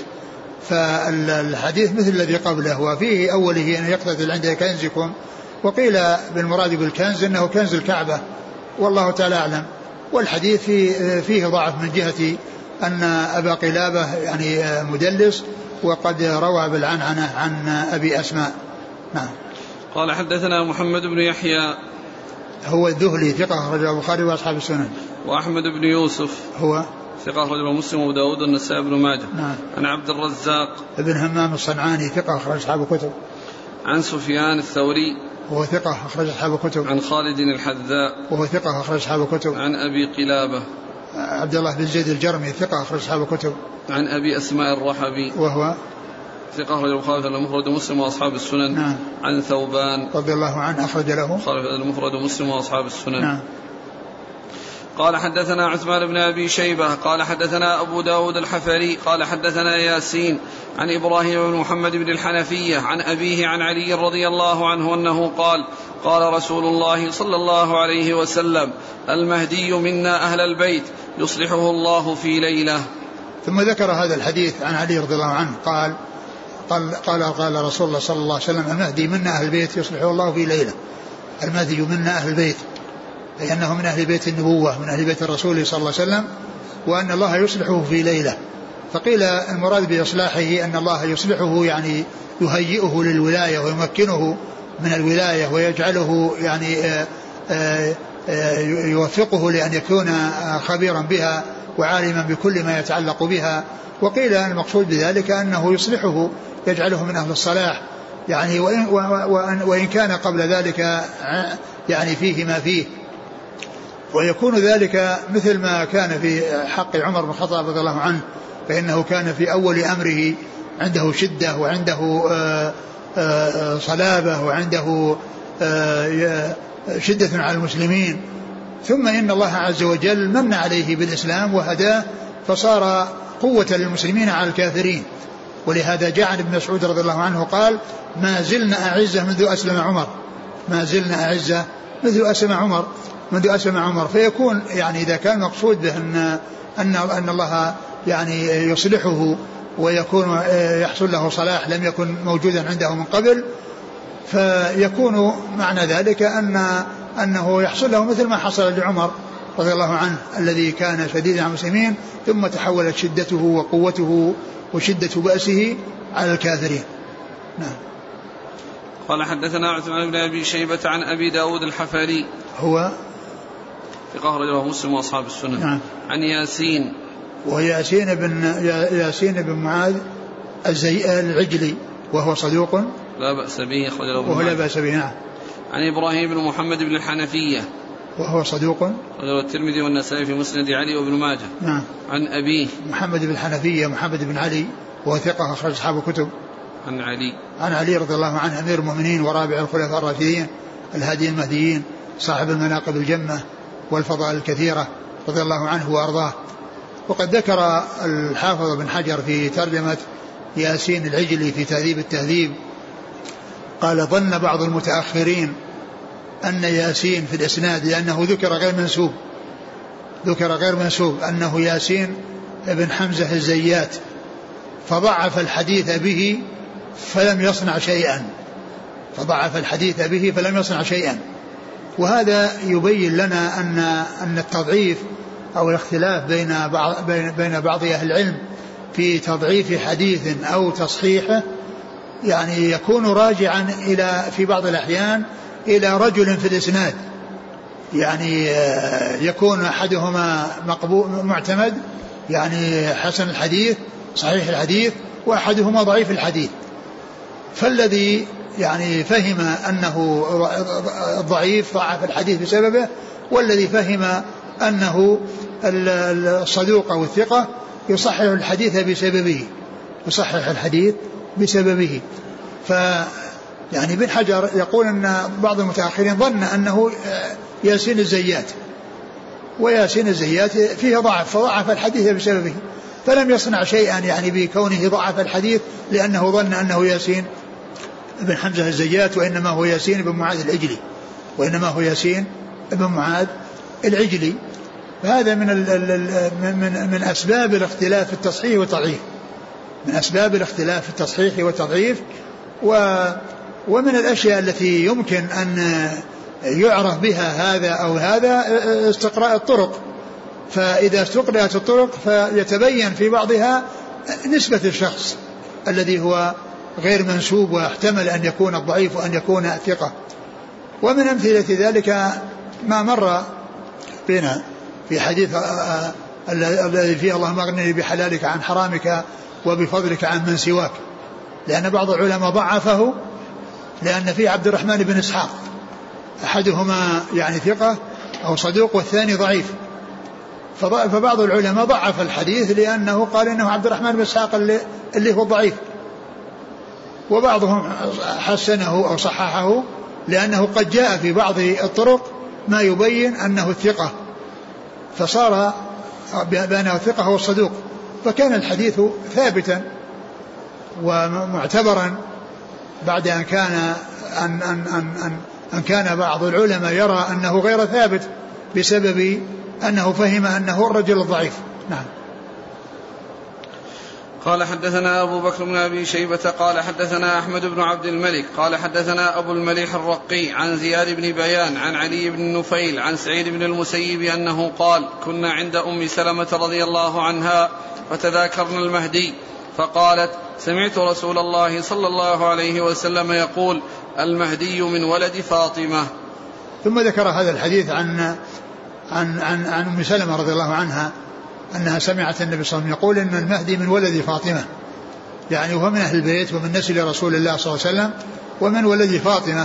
فالحديث مثل الذي قبله، وفيه أوله أن يقتتل عند كنزكم، وقيل بالمراد بالكنز أنه كنز الكعبة والله تعالى أعلم. والحديث فيه ضعف من جهة أن أبا قلابة يعني مدلس وقد روى بالعنعنة عن أبي أسماء. نعم. قال حدثنا محمد بن يحيى هو الذهلي ثقة أخرجه البخاري وأصحاب السنن. وأحمد بن يوسف هو ثقة أخرجه مسلم وأبو داود والنسائي بن ماجه. نعم. عن عبد الرزاق ابن همام الصنعاني ثقة أخرج أصحاب الكتب. عن سفيان الثوري وهو ثقة أخرج أصحاب الكتب. عن خالد الحذاء وهو ثقة أخرج أصحاب الكتب. عن أبي قلابة عبد الله بن زيد الجرمي ثقة أخرج أصحاب الكتب. عن أبي أسماء الرحبي وهو ثقة أخرج المفرد المفرد مسلم وأصحاب السنن. نعم. عن ثوبان رضي الله عنه أخرج له المفرد مسلم وأصحاب السنن. نعم. قال حدثنا عثمان بن أبي شيبة قال حدثنا أبو داود الحفري قال حدثنا ياسين عن إبراهيم بن محمد بن الحنفية عن أبيه عن علي رضي الله عنه أنه قال قال رسول الله صلى الله عليه وسلم المهدي منا أهل البيت يصلحه الله في ليلة. ثم ذكر هذا الحديث عن علي رضي الله عنه قال رسول الله صلى الله عليه وسلم المهدي منا أهل البيت يصلحه الله في ليلة. المهدي منا أهل البيت لأنه من أهل بيت النبوة من أهل بيت الرسول صلى الله عليه وسلم، وأن الله يصلحه في ليلة. فقيل المراد بإصلاحه أن الله يصلحه يعني يهيئه للولاية ويمكنه من الولاية ويجعله يعني يوفقه لأن يكون خبيرا بها وعالما بكل ما يتعلق بها. وقيل المقصود بذلك أنه يصلحه يجعله من أهل الصلاح يعني وإن كان قبل ذلك يعني فيه ما فيه. ويكون ذلك مثل ما كان في حق عمر بن الخطاب رضي الله عنه، فإنه كان في أول أمره عنده شدة وعنده صلابة وعنده شدة على المسلمين، ثم إن الله عز وجل من عليه بالإسلام وهداه فصار قوة للمسلمين على الكافرين. ولهذا جاء عن ابن مسعود رضي الله عنه قال ما زلنا أعزة منذ أسلم عمر، ما زلنا أعزة منذ أسلم عمر. منذ أسلم عمر، فيكون يعني إذا كان مقصود به أن الله يعني يصلحه ويكون يحصل له صلاح لم يكن موجودا عنده من قبل، فيكون معنى ذلك أنه يحصل له مثل ما حصل لعمر رضي الله عنه الذي كان شديدا على المسلمين ثم تحولت شدته وقوته وشدة بأسه على الكافرين. نعم. قال حدثنا عثمان بن أبي شيبة عن أبي داود الحفاري هو ثقة أخرجه مسلم وأصحاب السنن. نعم. عن ياسين ياسين بن معاذ العجلي وهو صدوق لا بأس به وهو لا بأس به. نعم. عن إبراهيم بن محمد بن الحنفية وهو صدوق أخرجه الترمذي والنسائي في مسند علي وابن ماجه. نعم. عن أبيه محمد بن الحنفية محمد بن علي وهو ثقة أخرج أصحاب الكتب. عن علي رضي الله عنه أمير المؤمنين ورابع الخلفاء الراشدين الهادي المهديين صاحب المناقب الجمة والفضائل الكثيرة رضي الله عنه وأرضاه. وقد ذكر الحافظ بن حجر في ترجمة ياسين العجلي في تهذيب التهذيب قال ظن بعض المتأخرين أن ياسين في الإسناد لأنه ذكر غير منسوب أنه ياسين ابن حمزة الزيات فضعف الحديث به فلم يصنع شيئا وهذا يبين لنا أن التضعيف أو الاختلاف بين بعض أهل العلم في تضعيف حديث أو تصحيحه يعني يكون راجعا في بعض الأحيان إلى رجل في الإسناد، يعني يكون أحدهما معتمد يعني حسن الحديث صحيح الحديث وأحدهما ضعيف الحديث، فالذي يعني فهم أنه ضعيف ضعف الحديث بسببه، والذي فهم أنه الصدوق أو الثقة يصحح الحديث بسببه. يعني ابن حجر يقول أن بعض المتأخرين ظن أنه ياسين الزيات، وياسين الزيات فيه ضعف فضعف الحديث بسببه، فلم يصنع شيئا يعني بكونه ضعف الحديث لأنه ظن أنه ياسين ابن حمزة الزيات وإنما هو ياسين بن معاذ العجلي. فهذا من أسباب الاختلاف في التصحيح والتضعيف، ومن الأشياء التي يمكن أن يعرف بها هذا أو هذا استقراء الطرق، فإذا استقرأت الطرق فيتبين في بعضها نسبة الشخص الذي هو غير منسوب واحتمل أن يكون الضعيف وأن يكون الثقة. ومن أمثلة ذلك ما مر بنا في حديث الذي فيه اللهم اغنني بحلالك عن حرامك وبفضلك عن من سواك، لأن بعض العلماء ضعفه لأن فيه عبد الرحمن بن إسحاق أحدهما يعني ثقة أو صدوق والثاني ضعيف، فبعض العلماء ضعف الحديث لأنه قال إنه عبد الرحمن بن إسحاق اللي هو ضعيف، وبعضهم حسنه أو صححه لأنه قد جاء في بعض الطرق ما يبين أنه الثقة، فصار بأنه الثقة هو الصدوق، فكان الحديث ثابتا ومعتبرا بعد أن كان بعض العلماء يرى أنه غير ثابت بسبب أنه فهم أنه الرجل الضعيف. نعم. قال حدثنا أبو بكر بن أبي شيبة قال حدثنا أحمد بن عبد الملك قال حدثنا أبو المليح الرقي عن زياد بن بيان عن علي بن نفيل عن سعيد بن المسيب أنه قال كنا عند أم سلمة رضي الله عنها فتذاكرنا المهدي فقالت سمعت رسول الله صلى الله عليه وسلم يقول المهدي من ولد فاطمة. ثم ذكر هذا الحديث عن أم سلمة رضي الله عنها أنها سمعت النبي صلى الله عليه وسلم يقول إن المهدي من ولد فاطمة، يعني هو من أهل البيت ومن نسل رسول الله صلى الله عليه وسلم ومن ولد فاطمة،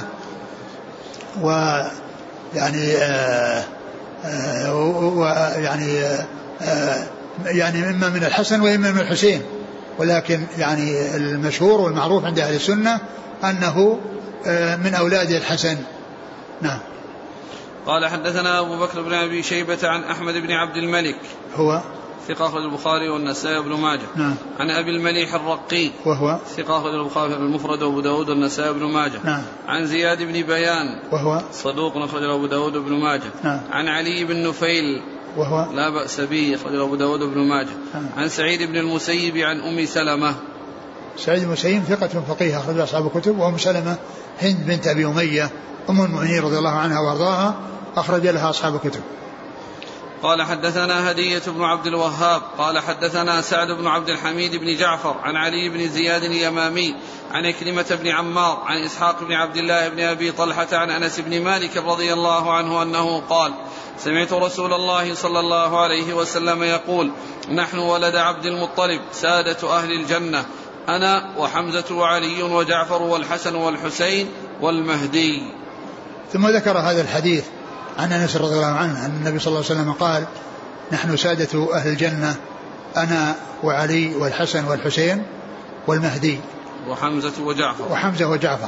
يعني إما من الحسن وإما من الحسين، ولكن يعني المشهور والمعروف عند أهل السنة أنه من أولاد الحسن. نعم. قال حدثنا أبو بكر بن أبي شيبة عن أحمد بن عبد الملك هو ثقة أخرج البخاري والنسائي وابن ماجه. نعم. عن أبي المليح الرقي وهو ثقة أخرج البخاري المفرد وأبو داود والنسائي وابن ماجه. نعم. عن زياد بن بيان وهو صدوق أخرج أبو داود وابن ماجه. نعم. عن علي بن نفيل وهو لا بأس به أخرج أبو داود وابن ماجه. نعم. عن سعيد بن المسيب عن أم سلمة. سعيد بن المسيب ثقة فقيه أخرج أصحاب الكتب. وأم سلمة هند بنت أبي أمية أم المؤمنين رضي الله عنها وأرضاها أخرج لها أصحاب الكتب. قال حدثنا هدية بن عبد الوهاب قال حدثنا سعد بن عبد الحميد بن جعفر عن علي بن زياد اليمامي عن كلمة بن عمار عن إسحاق بن عبد الله بن أبي طلحة عن أنس بن مالك رضي الله عنه أنه قال سمعت رسول الله صلى الله عليه وسلم يقول نحن ولد عبد المطلب سادة أهل الجنة أنا وحمزة وعلي وجعفر والحسن والحسين والمهدي. ثم ذكر هذا الحديث عن أنس رضي الله عنه أن النبي صلى الله عليه وسلم قال نحن سادة أهل الجنة أنا وعلي والحسن والحسين والمهدي وحمزة وجعفر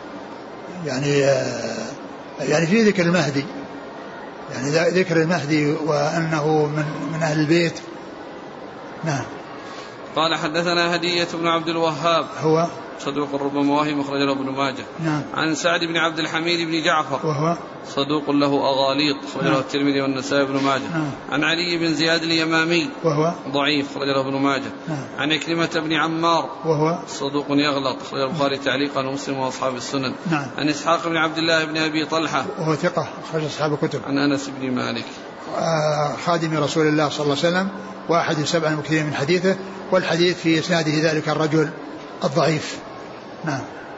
يعني في ذكر المهدي يعني ذكر المهدي وأنه من أهل البيت. نعم. قال حدثنا هدية بن عبد الوهاب هو صدوق ربما وهم أخرج له ابن ماجه. نعم. عن سعد بن عبد الحميد بن جعفر وهو صدوق له أغاليط أخرج له الترمذي والنسائي وابن ماجه. نعم. عن علي بن زياد اليمامي وهو ضعيف أخرج له ابن ماجه. نعم. عن كلمة بن عمار وهو صدوق يغلط أخرج البخاري تعليقا ومسلم وأصحاب السنن. نعم. عن إسحاق بن عبد الله بن أبي طلحة وهو ثقة أخرج أصحاب الكتب. عن أنس بن مالك خادم رسول الله صلى الله عليه وسلم وأحد السبع المكثرين من حديثه والحديث في إسناده ذلك الرجل الضعيف. نعم.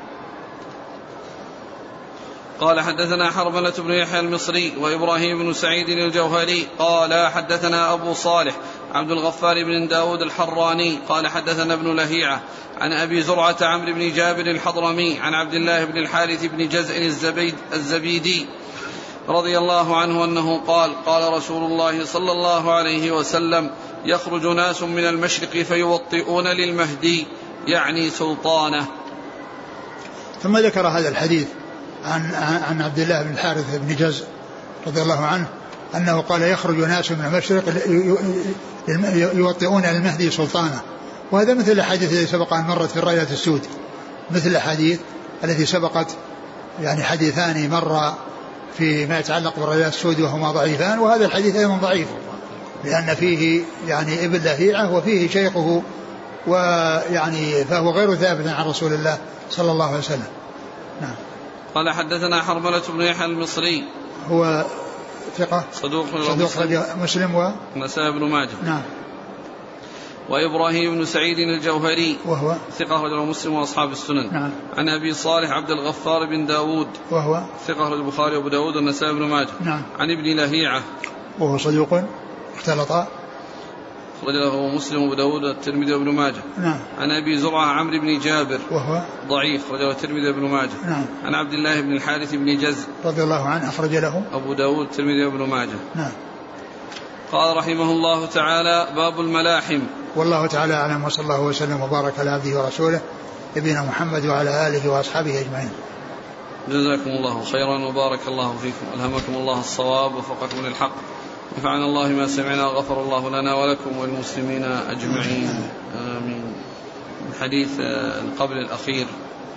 قال حدثنا حرملة بن يحيى المصري وإبراهيم بن سعيد الجوهري قال حدثنا أبو صالح عبد الغفار بن داود الحراني قال حدثنا ابن لهيعة عن أبي زرعة عمرو بن جابر الحضرمي عن عبد الله بن الحارث بن جزء الزبيدي رضي الله عنه أنه قال قال رسول الله صلى الله عليه وسلم يخرج ناس من المشرق فيوطئون للمهدي يعني سلطانه. ثم ذكر هذا الحديث عن عبد الله بن الحارث بن جزء رضي الله عنه أنه قال يخرج ناس من المشرق يوطئون للمهدي سلطانه. وهذا مثل الحديث الذي سبق أن مرت في الرايات السود مثل الحديث التي سبقت يعني حديثان مر فيما يتعلق بالرايات السود وهما ضعيفان وهذا الحديث أيضا ضعيف لأن فيه يعني ابن لهيعة وفيه شيخه ويعني فهو غير ثابت عن رسول الله صلى الله عليه وسلم. نعم. قال حدثنا حرملة بن يحيى المصري هو ثقة صدوق مسلم ونسائي بن ماجه. نعم. وإبراهيم بن سعيد الجوهري وهو ثقة رجل مسلم وأصحاب السنن. نعم. عن أبي صالح عبد الغفار بن داود وهو ثقة رجل البخاري وأبو داود والنسائي بن ماجه. نعم. عن ابن لهيعة وهو صدوق اختلط رجله مسلم وأبو داود والترمذي وابن ماجه. نعم. عن أبي زرعة عمرو بن جابر وهو ضعيف رجله الترمذي وابن ماجه. نعم. عن عبد الله بن الحارث بن جزء رضي الله عنه أخرج له أبو داود الترمذي وابن ماجه. نعم. قال رحمه الله تعالى باب الملاحم. والله تعالى أعلم وصلى الله وسلم وبارك على عبده ورسوله نبينا محمد وعلى آله وأصحابه أجمعين. جزاكم الله خيرا وبارك الله فيكم ألهمكم الله الصواب ووفقكم للحق نفعنا الله ما سمعنا غفر الله لنا ولكم وللمسلمين أجمعين آمين. الحديث قبل الأخير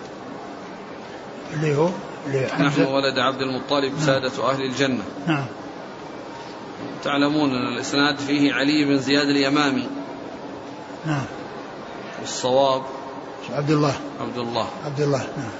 اللي هو نحن ولد عبد المطلب سادة أهل الجنة. نعم. تعلمون الإسناد فيه علي بن زياد اليمامي. نعم. والصواب عبد الله. نعم.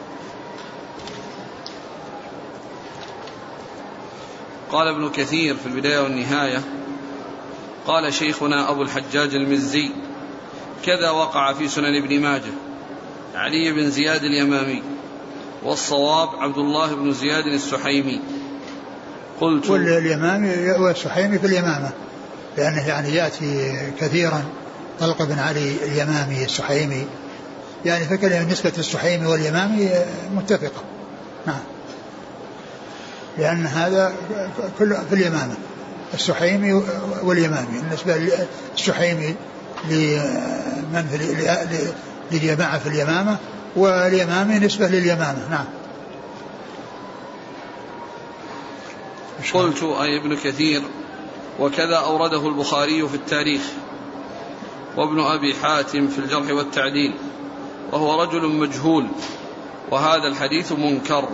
قال ابن كثير في البداية والنهاية قال شيخنا أبو الحجاج المزي كذا وقع في سنن ابن ماجه علي بن زياد اليمامي والصواب عبد الله بن زياد السحيمي. قلت واليمامي والسحيمي في اليمامة لأنه يعني يأتي كثيرا طلق بن علي اليمامي السحيمي يعني فكرة نسبة السحيمي واليمامي متفقة. نعم. لأن هذا كله في اليمامة السحيمي واليمامي النسبة السحيمي للجماعة في اليمامة واليمامي نسبة لليمامة. نعم. قلت أي ابن كثير وكذا أورده البخاري في التاريخ وابن أبي حاتم في الجرح والتعديل، وهو رجل مجهول، وهذا الحديث منكر.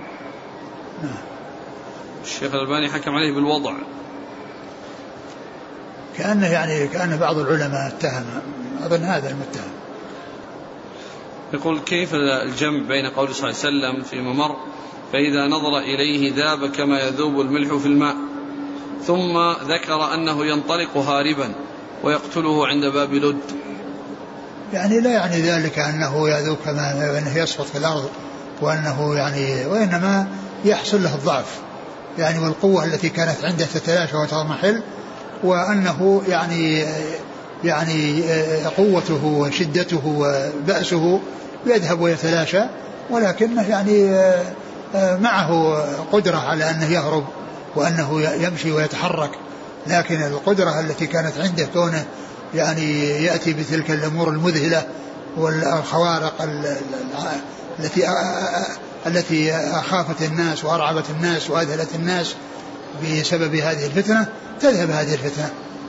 الشيخ الألباني حكم عليه بالوضع، كأنه بعض العلماء اتهم، أظن هذا المتهم. يقول: كيف الجمع بين قول صلى الله عليه وسلم في ممر فإذا نظر إليه ذاب كما يذوب الملح في الماء، ثم ذكر أنه ينطلق هاربا ويقتله عند باب لد؟ يعني لا يعني ذلك أنه يذوب كما أنه يسقط في الأرض، وأنه يعني، وإنما يحصل له الضعف يعني، والقوة التي كانت عنده تتلاشى وتضمحل، وأنه يعني قوته وشدته وبأسه يذهب ويتلاشى، ولكنه يعني معه قدرة على أنه يهرب وأنه يمشي ويتحرك، لكن القدرة التي كانت عنده كونه يعني يأتي بتلك الأمور المذهلة والخوارق التي أخافت الناس وأرعبت الناس وأذهلت الناس بسبب هذه الفتنة، تذهب هذه الفتنة.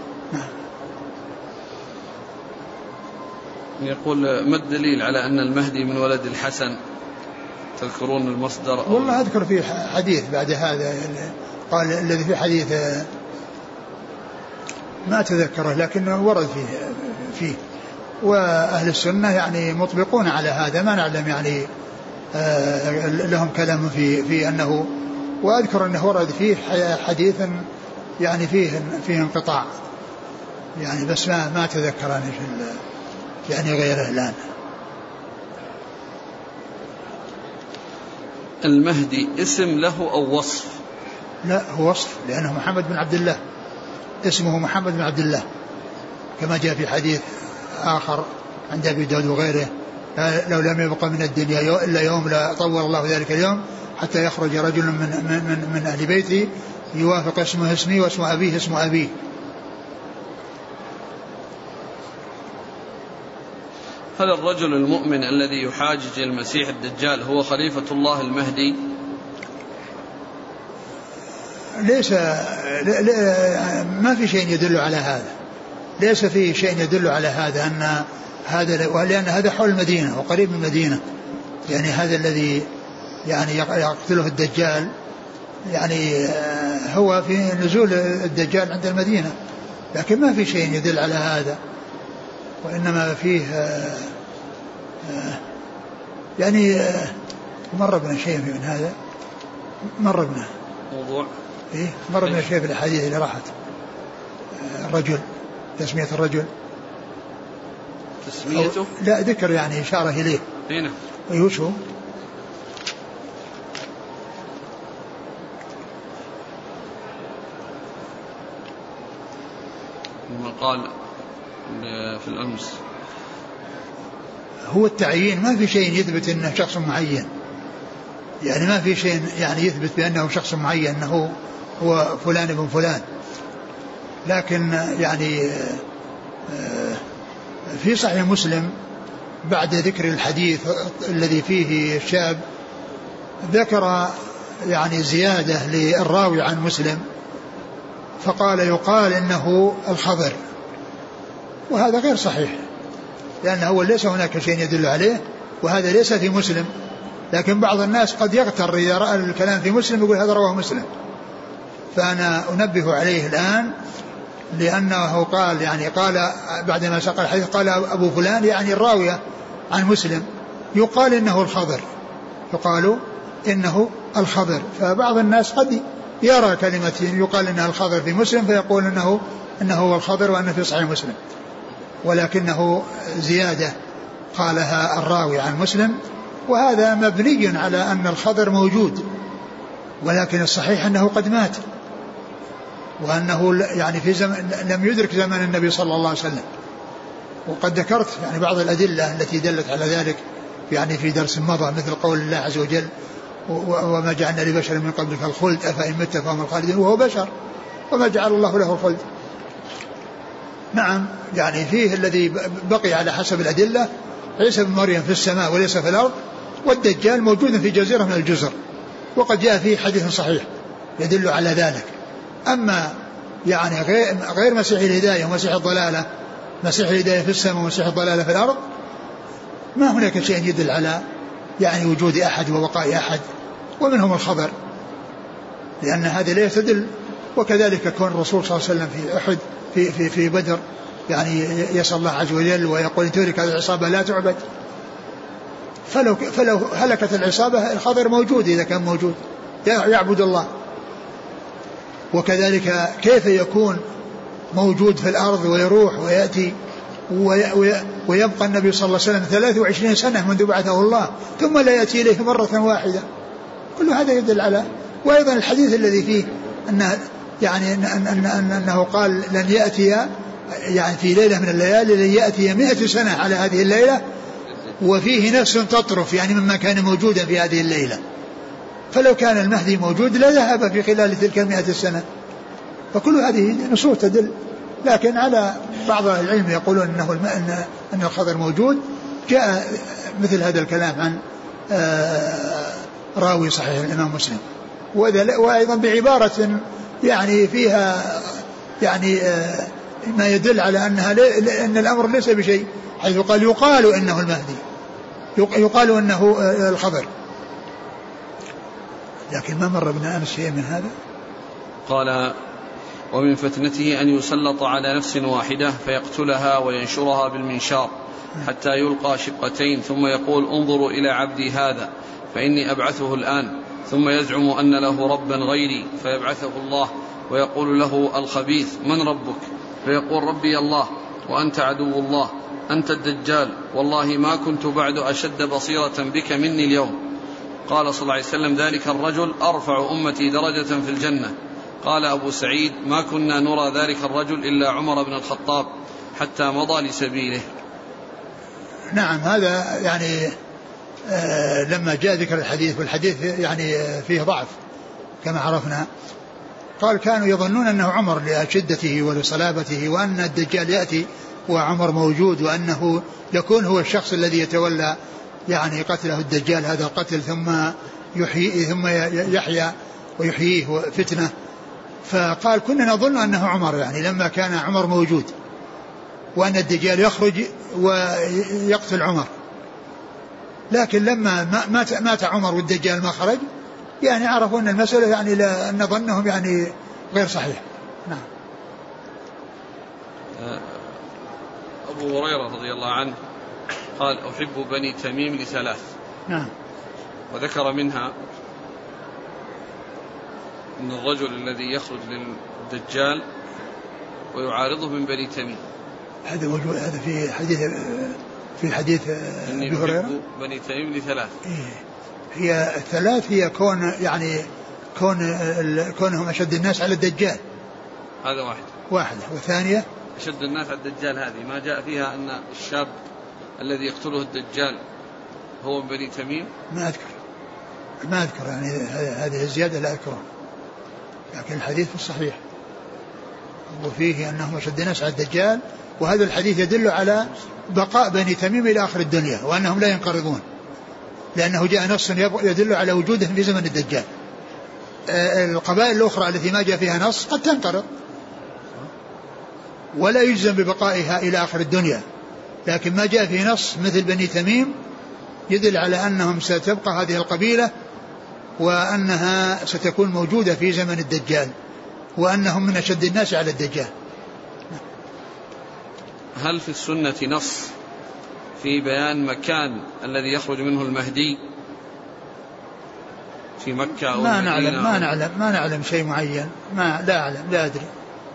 يقول: ما الدليل على أن المهدي من ولد الحسن؟ تذكرون المصدر؟ والله أذكر فيه حديث بعد هذا، قال الذي في حديث ما أتذكره لكنه ورد فيه وأهل السنة يعني مطبقون على هذا، ما نعلم يعني لهم كلام في أنه، وأذكر أنه ورد فيه حديث يعني فيه انقطاع يعني، بس ما أتذكر يعني غيره الآن. المهدي اسم له أو وصف؟ لا، هو وصف، لأنه محمد بن عبد الله، اسمه محمد بن عبد الله، كما جاء في حديث آخر عند أبي داود وغيره: لو لم يبقى من الدنيا إلا يوم لا طول الله ذلك اليوم حتى يخرج رجل من أهل بيتي يوافق اسمه اسمي واسم أبيه اسم أبيه. هل الرجل المؤمن الذي يحاجج المسيح الدجال هو خليفة الله المهدي؟ ليس، ما في شيء يدل على هذا، ليس في شيء يدل على هذا، أن هذا، لأن هذا حول المدينة وقريب من المدينة، يعني هذا الذي يعني يقتله الدجال يعني هو في نزول الدجال عند المدينة، لكن ما في شيء يدل على هذا، وإنما فيه يعني مر بنا شيء من هذا، مر بنا موضوع مر بنا شيء في الحديث اللي راحت الرجل، تسمية الرجل، تسميته لا ذكر يعني إشارة إليه هنا، ويوشو لما قال في الأمس هو التعيين، ما في شيء يثبت أنه شخص معين، يعني ما في شيء يعني يثبت بأنه شخص معين أنه هو فلان ابن فلان، لكن يعني في صحيح مسلم بعد ذكر الحديث الذي فيه الشاب ذكر يعني زيادة للراوي عن مسلم، فقال يقال إنه الخضر، وهذا غير صحيح، لأنه ليس هناك شيء يدل عليه، وهذا ليس في مسلم، لكن بعض الناس قد يغتر إذا رأى الكلام في مسلم يقول هذا رواه مسلم، فأنا أنبه عليه الآن، لأنه قال يعني قال بعدما ساق الحديث قال أبو فلان يعني الراوية عن مسلم يقال إنه الخضر، يقال إنه الخضر، فبعض الناس قد يرى كلمة يقال إنها الخضر في مسلم فيقول إنه هو الخضر وأنه في صحيح مسلم، ولكنه زيادة قالها الراوي عن مسلم، وهذا مبني على أن الخضر موجود، ولكن الصحيح أنه قد مات، وأنه يعني في زمن لم يدرك زمن النبي صلى الله عليه وسلم. وقد ذكرت يعني بعض الأدلة التي دلت على ذلك يعني في درس مضى، مثل قول الله عز وجل وما جعلنا لبشر من قبلك الخلد أفإن مت فهم الخالدين، وهو بشر وما جعل الله له الخلد. نعم يعني فيه الذي بقي على حسب الأدلة عيسى بن مريم في السماء وليس في الأرض، والدجال موجود في جزيرة من الجزر، وقد جاء فيه حديث صحيح يدل على ذلك. أما يعني غير مسيح الهداية ومسيح الضلالة، مسيح الهداية في السماء ومسيح الضلالة في الأرض، ما هناك شيء يدل على يعني وجود أحد وبقاء أحد، ومنهم الخبر، لأن هذا لا يستدل. وكذلك كون الرسول صلى الله عليه وسلم في أحد في بدر يعني يسأل الله عز وجل ويقول إن تهلك هذه العصابة لا تعبد، فلو هلكت العصابة الخضر موجود إذا كان موجود يعبد الله. وكذلك كيف يكون موجود في الأرض ويروح ويأتي ويبقى النبي صلى الله عليه وسلم 23 سنة منذ بعثه الله ثم لا يأتي إليه مرة واحدة؟ كل هذا يدل على. وأيضا الحديث الذي فيه أنه قال لن يأتي يعني في ليلة من الليالي لن يأتي 100 سنة على هذه الليلة وفيه نفس تطرف يعني مما كان موجودا في هذه الليلة. فلو كان المهدي موجود لا ذهب في خلال تلك 100 سنة. فكل هذه نصوص تدل. لكن على بعض العلم يقولون أن الخضر موجود. جاء مثل هذا الكلام عن راوي صحيح الإمام مسلم، وأيضا بعبارة يعني فيها يعني ما يدل على أن الأمر ليس بشيء، حيث قال يقال إنه المهدي، يقال إنه الخضر، لكن ما مر بنا أمس شيء من هذا. قال ومن فتنته أن يسلط على نفس واحدة فيقتلها وينشرها بالمنشار حتى يلقى شقتين ثم يقول انظروا إلى عبدي هذا فإني أبعثه الآن، ثم يزعم أن له ربا غيري فيبعثه الله ويقول له الخبيث من ربك؟ فيقول ربي الله وأنت عدو الله أنت الدجال والله ما كنت بعد أشد بصيرة بك مني اليوم. قال صلى الله عليه وسلم ذلك الرجل أرفع أمتي درجة في الجنة. قال أبو سعيد ما كنا نرى ذلك الرجل إلا عمر بن الخطاب حتى مضى لسبيله. نعم هذا يعني لما جاء ذكر الحديث، والحديث يعني فيه ضعف كما عرفنا، قال كانوا يظنون أنه عمر لشدته ولصلابته وأن الدجال يأتي وعمر موجود وأنه يكون هو الشخص الذي يتولى يعني قتله الدجال هذا القتل ثم يحيى ويحييه فتنة. فقال كنا نظن أنه عمر يعني لما كان عمر موجود وأن الدجال يخرج ويقتل عمر، لكن لما مات عمر والدجال ما خرج يعني عرفوا أن المسألة يعني أن ظنهم يعني غير صحيح. نعم. أبو هريرة رضي الله عنه قال أحب بني تميم لثلاث. نعم. وذكر منها أن الرجل الذي يخرج للدجال ويعارضه من بني تميم، هذا موجود، هذا في حديث أبي هريرة. بني تميم لثلاث. هي الثلاث هي كونهم أشد الناس على الدجال، هذا واحدة. والثانية أشد الناس على الدجال هذه ما جاء فيها أن الشاب الذي يقتله الدجال هو من بني تميم. ما أذكر يعني هذه الزيادة لا أذكرها، لكن الحديث في الصحيح وفيه أنهم أشد الناس على الدجال، وهذا الحديث يدل على بقاء بني تميم إلى آخر الدنيا وأنهم لا ينقرضون، لأنه جاء نص يدل على وجودهم في زمن الدجال. القبائل الأخرى التي ما جاء فيها نص قد تنقرض ولا يجزم ببقائها إلى آخر الدنيا، لكن ما جاء فيه نص مثل بني تميم يدل على أنهم ستبقى هذه القبيلة وأنها ستكون موجودة في زمن الدجال وأنهم من أشد الناس على الدجال. هل في السنة نص في بيان مكان الذي يخرج منه المهدي في مكة أو ما نعلم شيء معين، لا أدري،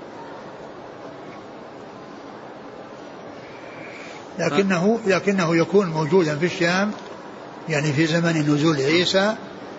لكنه يكون موجودا في الشام يعني في زمن نزول عيسى.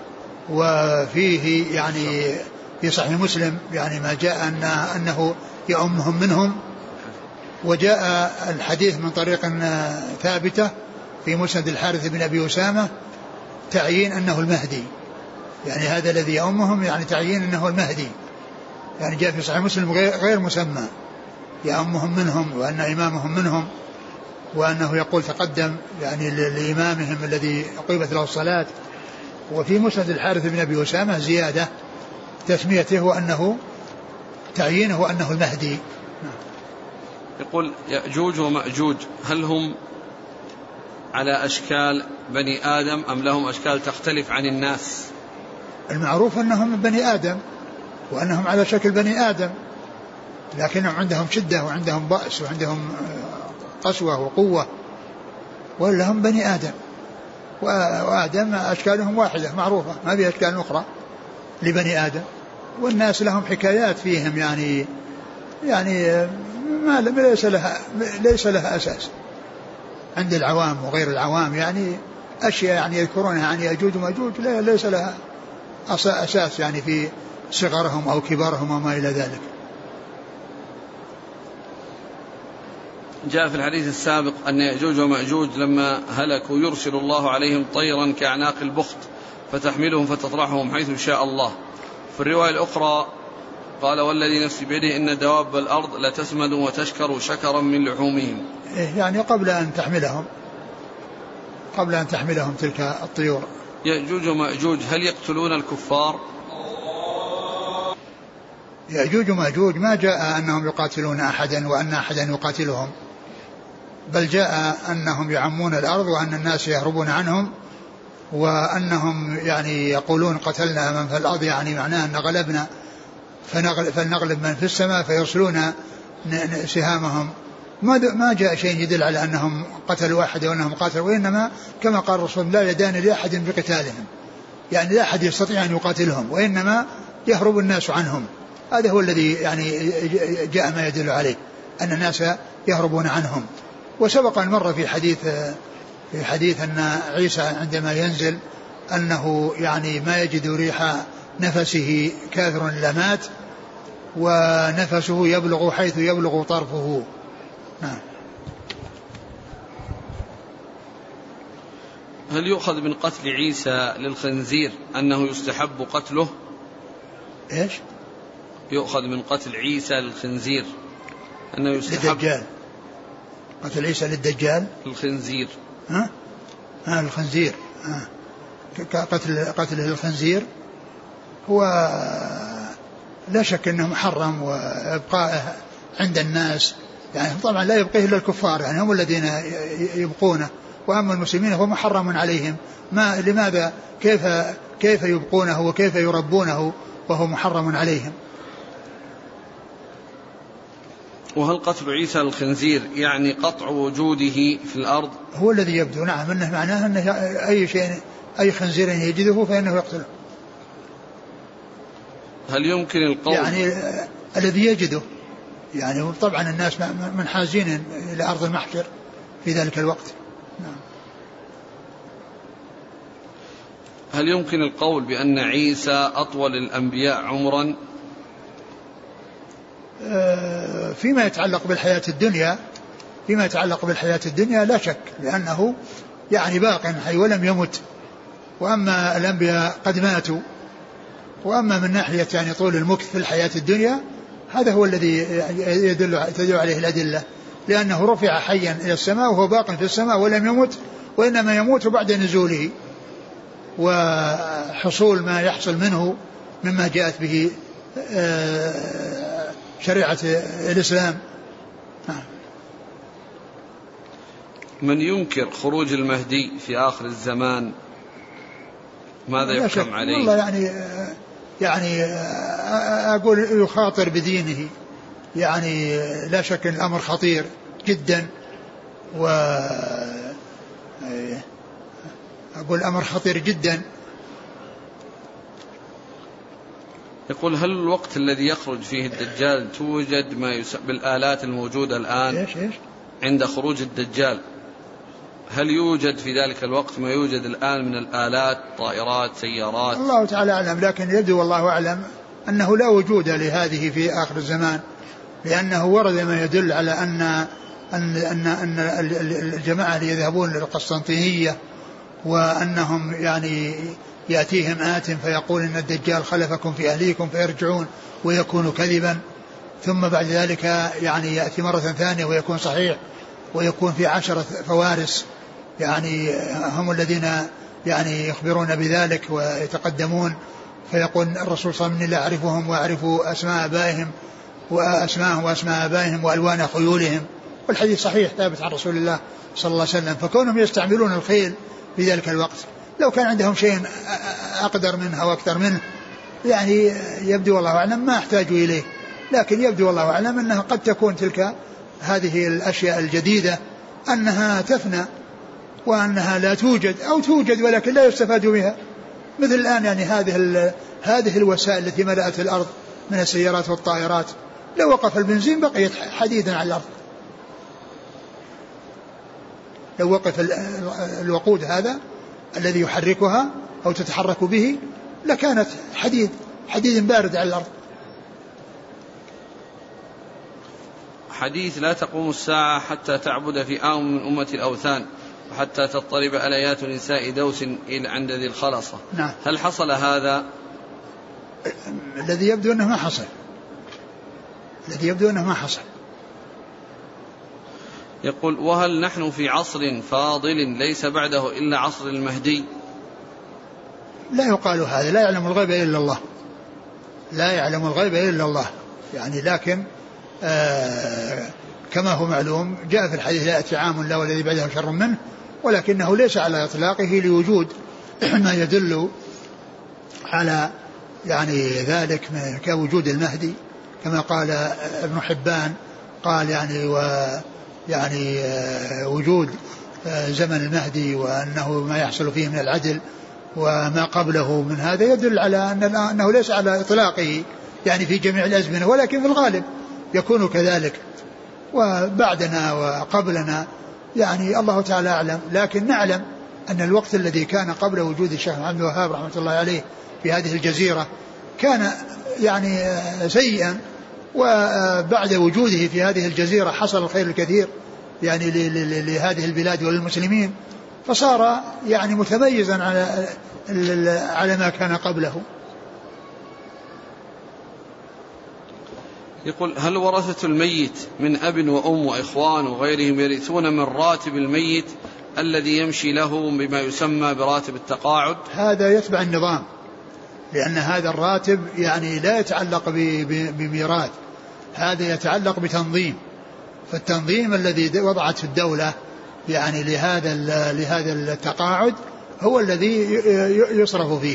وفيه يعني في صحيح مسلم يعني ما جاء أنه يؤمهم منهم، وجاء الحديث من طريق ثابتة في مسند الحارث بن أبي أسامة تعيين أنه المهدي، يعني هذا الذي يؤمهم يعني تعيين أنه المهدي، يعني جاء في صحيح مسلم غير مسمى يؤمهم منهم وأن إمامهم منهم، وأنه يقول تقدم يعني لإمامهم الذي أقيمت له الصلاة. وفي مسند الحارث بن أبي أسامة زيادة تسميته وأنه تعيينه أنه المهدي. يقول يأجوج ومأجوج هل هم على أشكال بني آدم أم لهم أشكال تختلف عن الناس؟ المعروف أنهم بني آدم وأنهم على شكل بني آدم، لكنهم عندهم شدة وعندهم بأس وعندهم قسوة وقوة، ولا هم بني آدم، وآدم أشكالهم واحدة معروفة، ما في أشكال أخرى لبني آدم. والناس لهم حكايات فيهم يعني ما ليس لها أساس عند العوام وغير العوام، يعني أشياء يعني يذكرونها عن يأجوج ومأجوج ليس لها أساس يعني في صغرهم أو كبارهم وما إلى ذلك. جاء في الحديث السابق أن يأجوج ومأجوج لما هلكوا يرسل الله عليهم طيرا كأعناق البخت فتحملهم فتطرحهم حيث شاء الله. في الرواية الأخرى قال والذي نفسي بيده إن دواب الأرض لتسمد وتشكر شكرا من لحومهم، يعني قبل أن تحملهم تلك الطيور. يأجوج ومأجوج هل يقتلون الكفار؟ يأجوج ومأجوج ما جاء أنهم يقاتلون أحدا وأن أحدا يقاتلهم، بل جاء أنهم يعمون الأرض وأن الناس يهربون عنهم، وأنهم يعني يقولون قتلنا من في الأرض، يعني معناه أن غلبنا فلنغلب من في السماء، فيرسلون سهامهم. ما جاء شيء يدل على أنهم قتلوا أحد وأنهم قاتلوا، وإنما كما قال الرسول لا يدان لأحد بقتالهم، يعني لا أحد يستطيع أن يقاتلهم وإنما يهرب الناس عنهم. هذا هو الذي يعني جاء ما يدل عليه أن الناس يهربون عنهم. وسبق أن مر في حديث أن عيسى عندما ينزل أنه يعني ما يجد ريح نفسه كافر لمات، ونفسه يبلغ حيث يبلغ طرفه. نعم. هل يؤخذ من قتل عيسى للخنزير أنه يستحب قتله؟ إيش؟ يؤخذ من قتل عيسى للخنزير أنه يستحب للدجال. قتل عيسى للدجال الخنزير. الخنزير. قتله للخنزير هو لا شك أنه محرم، وإبقائه عند الناس يعني طبعا لا يبقيه إلا الكفار، يعني هم الذين يبقونه، وأما المسلمين هو محرم عليهم. لماذا كيف يبقونه وكيف يربونه وهو محرم عليهم؟ وهل قتل عيسى الخنزير يعني قطع وجوده في الأرض؟ هو الذي يبدو نعم أنه معناه أنه أي خنزير يجده فإنه يقتله. هل يمكن القول يعني الذي يجده، يعني طبعا الناس منحازين إلى أرض المحشر في ذلك الوقت. نعم. هل يمكن القول بأن عيسى أطول الأنبياء عمرا؟ فيما يتعلق بالحياة الدنيا لا شك، لأنه يعني باق حي ولم يمت، وأما الأنبياء قد ماتوا. وأما من ناحية يعني طول المكث في الحياة الدنيا هذا هو الذي تدل عليه الأدلة، لأنه رفع حيا إلى السماء وهو باق في السماء ولم يمت، وإنما يموت بعد نزوله وحصول ما يحصل منه مما جاءت به شريعة الإسلام. من ينكر خروج المهدي في آخر الزمان ماذا يحكم عليه؟ والله يعني أقول يخاطر بدينه، يعني لا شك أن الأمر خطير جدا، وأقول الأمر خطير جدا. يقول هل الوقت الذي يخرج فيه الدجال توجد ما بالآلات الموجودة الآن؟ إيش؟ عند خروج الدجال هل يوجد في ذلك الوقت ما يوجد الآن من الآلات، طائرات، سيارات؟ الله تعالى أعلم، لكن يبدو والله أعلم أنه لا وجود لهذه في آخر الزمان، لأنه ورد ما يدل على أن الجماعة اللي يذهبون للقسطنطينية وأنهم يعني يأتيهم آت فيقول إن الدجال خلفكم في أهليكم فيرجعون ويكون كذبا، ثم بعد ذلك يعني يأتي مرة ثانية ويكون صحيح، ويكون في 10 فوارس يعني هم الذين يعني يخبرون بذلك ويتقدمون، فيقول الرسول صلى الله عليه وسلم لا أعرفهم وأعرف أسماء آبائهم وأسماءهم وأسماء آبائهم وألوان خيولهم، والحديث صحيح ثابت عن رسول الله صلى الله عليه وسلم. فكونهم يستعملون الخيل في ذلك الوقت، لو كان عندهم شيء أقدر منه أو أكثر منه يعني يبدو والله أعلم ما احتاجوا إليه، لكن يبدو والله أعلم أنها قد تكون تلك هذه الأشياء الجديدة أنها تفنى وأنها لا توجد أو توجد ولكن لا يستفاد بها، مثل الآن يعني هذه الوسائل التي ملأت الأرض من السيارات والطائرات، لو وقف البنزين بقيت حديدا على الأرض، لو وقف الوقود هذا الذي يحركها أو تتحرك به لكانت حديد بارد على الأرض. حديث لا تقوم الساعة حتى تعبد فئام من أمة الأوثان وحتى تضطرب أليات نساء دوس عند ذي الخلصة. نعم. هل حصل هذا؟ الذي يبدو أنه ما حصل. يقول: وهل نحن في عصر فاضل ليس بعده إلا عصر المهدي؟ لا يقال هذا، لا يعلم الغيب إلا الله، يعني لكن كما هو معلوم جاء في الحديث: لا يأتي عام لا والذي بعده شر منه، ولكنه ليس على إطلاقه لوجود ما يدل على يعني ذلك كوجود المهدي، كما قال ابن حبان قال يعني وجود زمن المهدي وأنه ما يحصل فيه من العدل وما قبله من هذا يدل على أنه ليس على إطلاقه يعني في جميع الأزمنة، ولكن في الغالب يكون كذلك، وبعدنا وقبلنا يعني الله تعالى أعلم. لكن نعلم أن الوقت الذي كان قبل وجود الشيخ محمد الوهاب رحمة الله عليه في هذه الجزيرة كان يعني سيئا، وبعد وجوده في هذه الجزيرة حصل الخير الكثير يعني لهذه البلاد وللمسلمين، فصار يعني متميزا على ما كان قبله. يقول: هل ورثة الميت من أب وأم وإخوان وغيرهم يرثون من راتب الميت الذي يمشي له بما يسمى براتب التقاعد؟ هذا يتبع النظام، لأن هذا الراتب يعني لا يتعلق بميراث، هذا يتعلق بتنظيم، فالتنظيم الذي وضعته الدولة يعني لهذا التقاعد هو الذي يصرف فيه.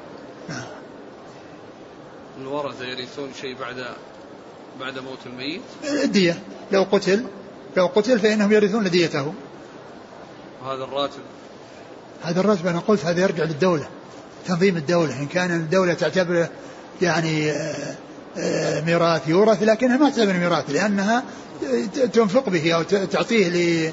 الورثة يرثون شيء بعد موت الميت؟ الدية، لو قتل فإنهم يرثون ديته. وهذا الراتب؟ هذا الراتب أنا قلت هذا يرجع للدولة، تنظيم الدولة، إن كان الدولة تعتبره يعني ميراث يورث، لكنها ما تعتبر ميراث لأنها تنفق به أو تعطيه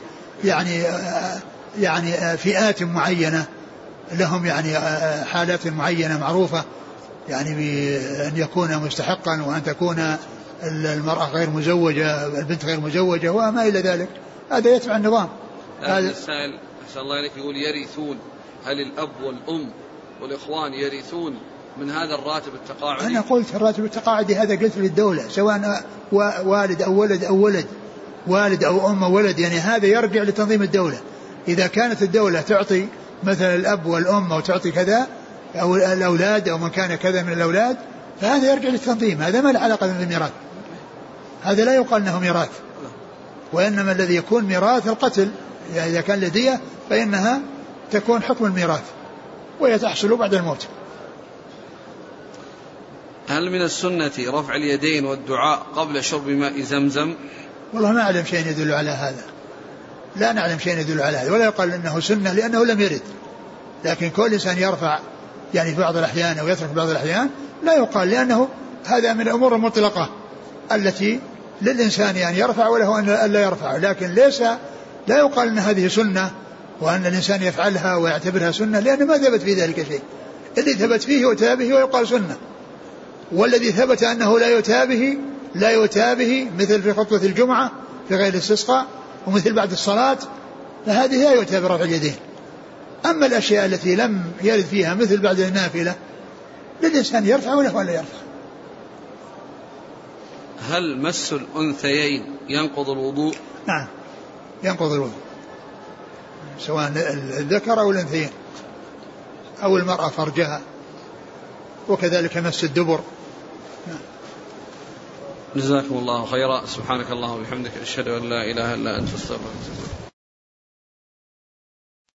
يعني فئات معينة لهم يعني حالات معينة معروفة، يعني بأن يكون مستحقا وأن تكون المرأة غير مزوجة، البنت غير مزوجة وما إلى ذلك، هذا يتبع النظام. هذا السائل أسأل الله عليك يقول: يرثون، هل الأب والأم والإخوان يرثون من هذا الراتب التقاعدي؟ أنا قلت الراتب التقاعدي هذا قلت للدولة، سواء والد أو ولد أو ولد، والد أو أم أو ولد، يعني هذا يرجع لتنظيم الدولة. إذا كانت الدولة تعطي مثلا الأب والأم أو تعطي كذا أو الأولاد أو من كان كذا من الأولاد، فهذا يرجع للتنظيم، هذا ما له علاقة بالميراث، هذا لا يقال أنه ميراث، وإنما الذي يكون ميراث القتل، يعني إذا كان لدية فإنها تكون حكم الميراث وهي تحصل بعد الموت. هل من السنة رفع اليدين والدعاء قبل شرب ماء زمزم؟ والله ما أعلم شيء يدل على هذا، لا نعلم شيء يدل على هذا، ولا يقال أنه سنة لأنه لم يرد، لكن كل إنسان يرفع يعني في بعض الأحيان أو يترك في بعض الأحيان لا يقال، لأنه هذا من الأمور المطلقة التي للإنسان يعني يرفع وله أن لا يرفع، لكن لا يقال أن هذه سنة وأن الإنسان يفعلها ويعتبرها سنة، لأنه ما ثبت في ذلك شيء. الذي ثبت فيه يؤتى به ويقال سنة، والذي ثبت أنه لا يؤتى به مثل في خطبة الجمعة في غير الاستسقاء ومثل بعد الصلاة، فهذه لا يؤتى برفع اليدين. أما الأشياء التي لم يرد فيها مثل بعد النافلة للإنسان يرفع وله ولا يرفع. هل مس الأنثيين ينقض الوضوء؟ نعم ينقض الوضوء، سواء الذكر أو الأنثيين أو المرأة فرجها، وكذلك مس الدبر. جزاكم الله خيرا. سبحانك اللهم وبحمدك أشهد أن لا إله إلا أنت أستغفرك.